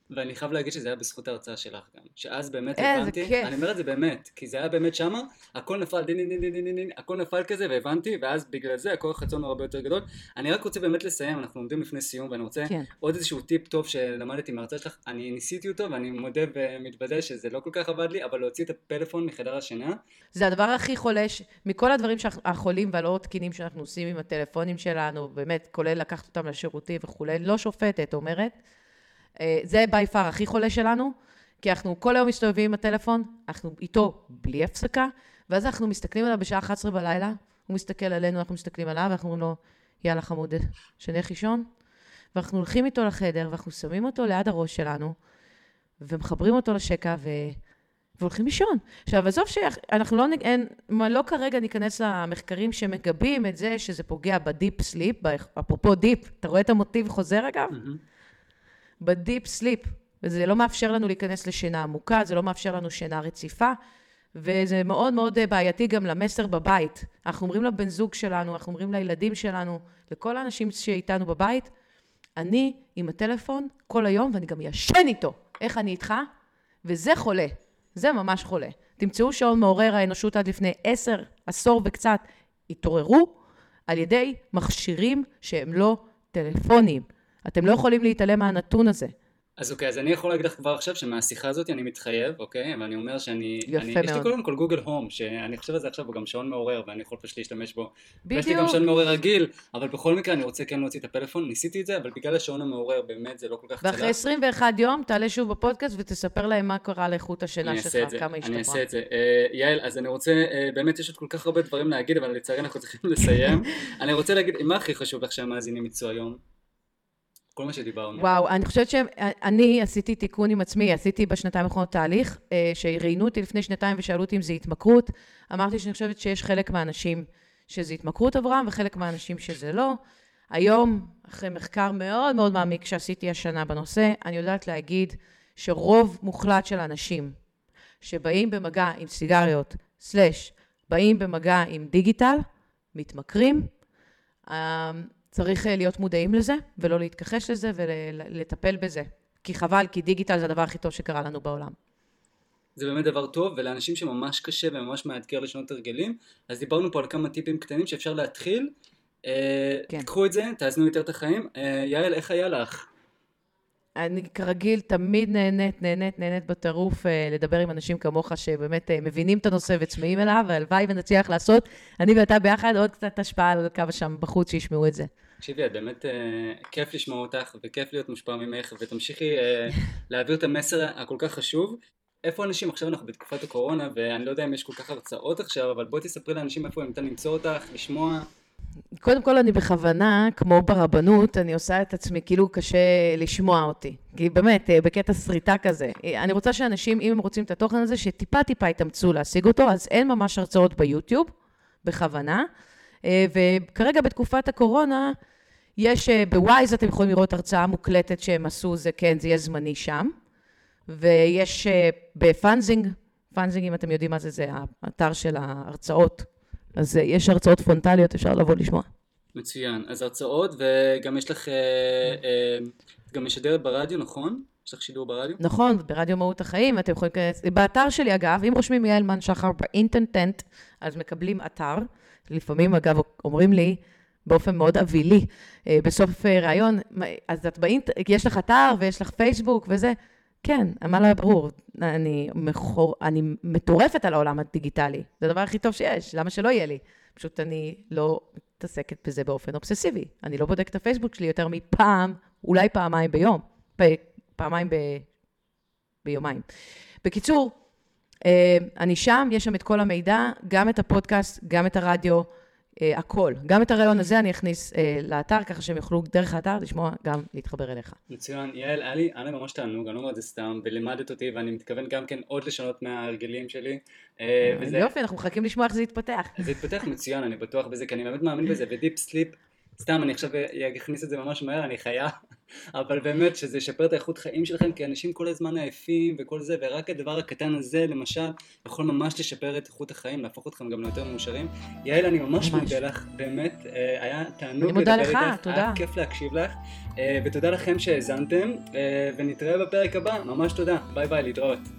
ואני חייב להגיד שזה היה בזכות ההרצאה שלך גם, שאז באמת איזה הבנתי, כיף. אני אומר את זה באמת, כי זה היה באמת שמה, הכל נפל, דין דין דין דין דין דין, הכל נפל כזה והבנתי, ואז בגלל זה הכוח החצון הוא הרבה יותר גדול. אני רק רוצה באמת לסיים, אנחנו עומדים לפני סיום, ואני רוצה כן. עוד איזשהו טיפ טוב שלמדתי מההרצאה שלך, אני ניסיתי אותו ואני מודה ומתוודה שזה לא כל כך עבד לי, אבל להוציא את הפלאפון מחדר השינה. זה הדבר הכי חולש, מכל הדברים החולים והלא תקינים שאנחנו עושים עם הטלפונים שלנו, באמת, כולל לקחת אותם לשירותי וכולי, לא שופטת, אומרת, זה by far הכי חולה שלנו, כי אנחנו כל היום מסתובבים עם הטלפון, אנחנו איתו בלי הפסקה, ואז אנחנו מסתכלים עליו בשעה אחת עשרה בלילה, הוא מסתכל עלינו, אנחנו מסתכלים עליו, ואנחנו אומרים לו, יאללה חמוד, שנלך לישון, ואנחנו הולכים איתו לחדר, ואנחנו שמים אותו ליד הראש שלנו, ומחברים אותו לשקע, ו... והולכים לישון. עכשיו, עזוב שאנחנו לא, אין, לא כרגע ניכנס למחקרים שמגבים את זה, שזה פוגע בדיפ סליפ, אפרופו דיפ, אתה רואה את המוטיב חוזר אגב? בדיפ סליפ, וזה לא מאפשר לנו להיכנס לשינה עמוקה, זה לא מאפשר לנו שינה רציפה, וזה מאוד מאוד בעייתי גם למסר בבית. אנחנו אומרים לבן זוג שלנו, אנחנו אומרים לילדים שלנו, לכל האנשים שאיתנו בבית, אני עם הטלפון כל היום, ואני גם ישן איתו. איך אני איתך? וזה חולה. זה ממש חולה. תמצאו שעון מעורר האנושות עד לפני עשר, עשור וקצת, התעוררו על ידי מכשירים שהם לא טלפונים. אתם לא יכולים להתעלם מהנתון הזה. אז אוקיי, אז אני יכול להגיד לך כבר עכשיו שמהשיחה הזאת אני מתחייב, אוקיי? ואני אומר שאני... יפה אני, מאוד. יש לי קודם כל גוגל הום, שאני חושב על זה עכשיו, הוא גם שעון מעורר, ואני יכול פשוט להשתמש בו. בדיוק. יש לי גם שעון מעורר רגיל, אבל בכל מקרה אני רוצה כן להוציא את הפלאפון, ניסיתי את זה, אבל בגלל השעון המעורר באמת זה לא כל כך צלח. ואחרי עשרים ואחד יום תעלה שוב בפודקאסט ותספר להם מה קרה לאיכות השינה שלך, כמה השתפרה. אני אעשה את זה. יעל, אז אני רוצה, באמת יש עוד כל כך הרבה דברים להגיד, אבל לצערי אנחנו צריכים לסיים. אני רוצה להגיד, מה הכי חשוב לך שהמאזינים יצאו היום? כל מה שדיברנו. וואו, אני חושבת שאני עשיתי תיקון עם עצמי, עשיתי בשנתיים האחרונות תהליך, שראיינו אותי לפני שנתיים ושאלו אותי אם זה התמכרות. אמרתי שאני חושבת שיש חלק מהאנשים שזה התמכרות עבורם, וחלק מהאנשים שזה לא. היום, אחרי מחקר מאוד מאוד מעמיק שעשיתי השנה בנושא, אני יודעת להגיד שרוב מוחלט של האנשים שבאים במגע עם סיגריות, סלש, באים במגע עם דיגיטל, מתמכרים, צריך להיות מודעים לזה, ולא להתכחש לזה, ולטפל בזה. כי חבל, כי דיגיטל זה הדבר הכי טוב שקרה לנו בעולם. זה באמת דבר טוב, ולאנשים שממש קשה וממש מאתגר לשנות הרגלים, אז דיברנו פה על כמה טיפים קטנים שאפשר להתחיל. כן. תקחו את זה, תאזנו יותר את החיים. יעל, איך היה לך? אני כרגיל תמיד נהנית, נהנית, נהנית בטירוף לדבר עם אנשים כמוך שבאמת מבינים את הנושא וצמאים אליו, והלוואי ונצליח לעשות, אני ואתה ביחד עוד קצת השפעה על קו שם בחוץ שישמעו את זה. תקשיבי, את באמת כיף לשמוע אותך וכיף להיות מושפע ממך, ותמשיכי להעביר את המסר הכל כך חשוב. איפה אנשים, עכשיו אנחנו בתקופת הקורונה, ואני לא יודע אם יש כל כך הרצאות עכשיו, אבל בואי תספרי לאנשים איפה הם ניתן למצוא אותך, לשמוע. קודם כל אני בכוונה, כמו ברבנות, אני עושה את עצמי כאילו קשה לשמוע אותי. כי באמת, בקטע שריטה כזה. אני רוצה שאנשים, אם הם רוצים את התוכן הזה, שטיפה טיפה יתאמצו להשיג אותו, אז אין ממש הרצאות ביוטיוב, בכוונה. וכרגע בתקופת הקורונה, יש בווייז, אתם יכולים לראות הרצאה מוקלטת שהם עשו, זה כן, זה יהיה זמני שם. ויש בפאנזינג, פאנזינג, אם אתם יודעים מה זה, זה האתר של ההרצאות. אז יש הרצאות פרונטליות, אפשר לבוא לשמוע. מצוין. אז הרצאות, וגם יש לך, גם משדרת ברדיו, נכון? יש לך שידור ברדיו? נכון, ברדיו מהות החיים, אתם יכולים להיכנס, באתר שלי אגב, אם רושמים יעל מן שחר באינטרנט, אז מקבלים אתר, לפעמים אגב אומרים לי, באופן מאוד אווילי, בסוף רעיון, אז את באינט... יש לך אתר ויש לך פייסבוק וזה, כן, מה לא ברור, אני, מחור, אני מטורפת על העולם הדיגיטלי, זה הדבר הכי טוב שיש, למה שלא יהיה לי? פשוט אני לא מתעסקת בזה באופן אובססיבי, אני לא בודק את הפייסבוק שלי יותר מפעם, אולי פעמיים ביום, פעמיים ב... ביומיים. בקיצור, אני שם, יש שם את כל המידע, גם את הפודקאסט, גם את הרדיו, הכל. גם את הרעיון הזה אני אכניס לאתר, ככה שהם יוכלו דרך האתר לשמוע, גם להתחבר אליך. מצוין. יעל, היה לי, היה לי ממש תענוג, אני לא אומר את זה סתם, ולימדת אותי, ואני מתכוון גם כן עוד לשנות מההרגלים שלי. יופי, אנחנו מחכים לשמוע איך זה יתפתח. זה יתפתח מצוין, אני בטוח בזה, כי אני באמת מאמין בזה, ודיפ סליפ סתם, אני עכשיו אכניס את זה ממש מהר, אני חיה, אבל באמת שזה ישפר את האיכות חיים שלכם, כי אנשים כל הזמן עייפים וכל זה, ורק הדבר הקטן הזה, למשל, יכול ממש לשפר את איכות החיים, להפוך אתכם גם ליותר מאושרים. יעל, אני ממש מודה לך, באמת, היה תענוג לדבר איתך, היה כיף להקשיב לך, ותודה לכם שהאזנתם, ונתראה בפרק הבא, ממש תודה, ביי ביי, להתראות.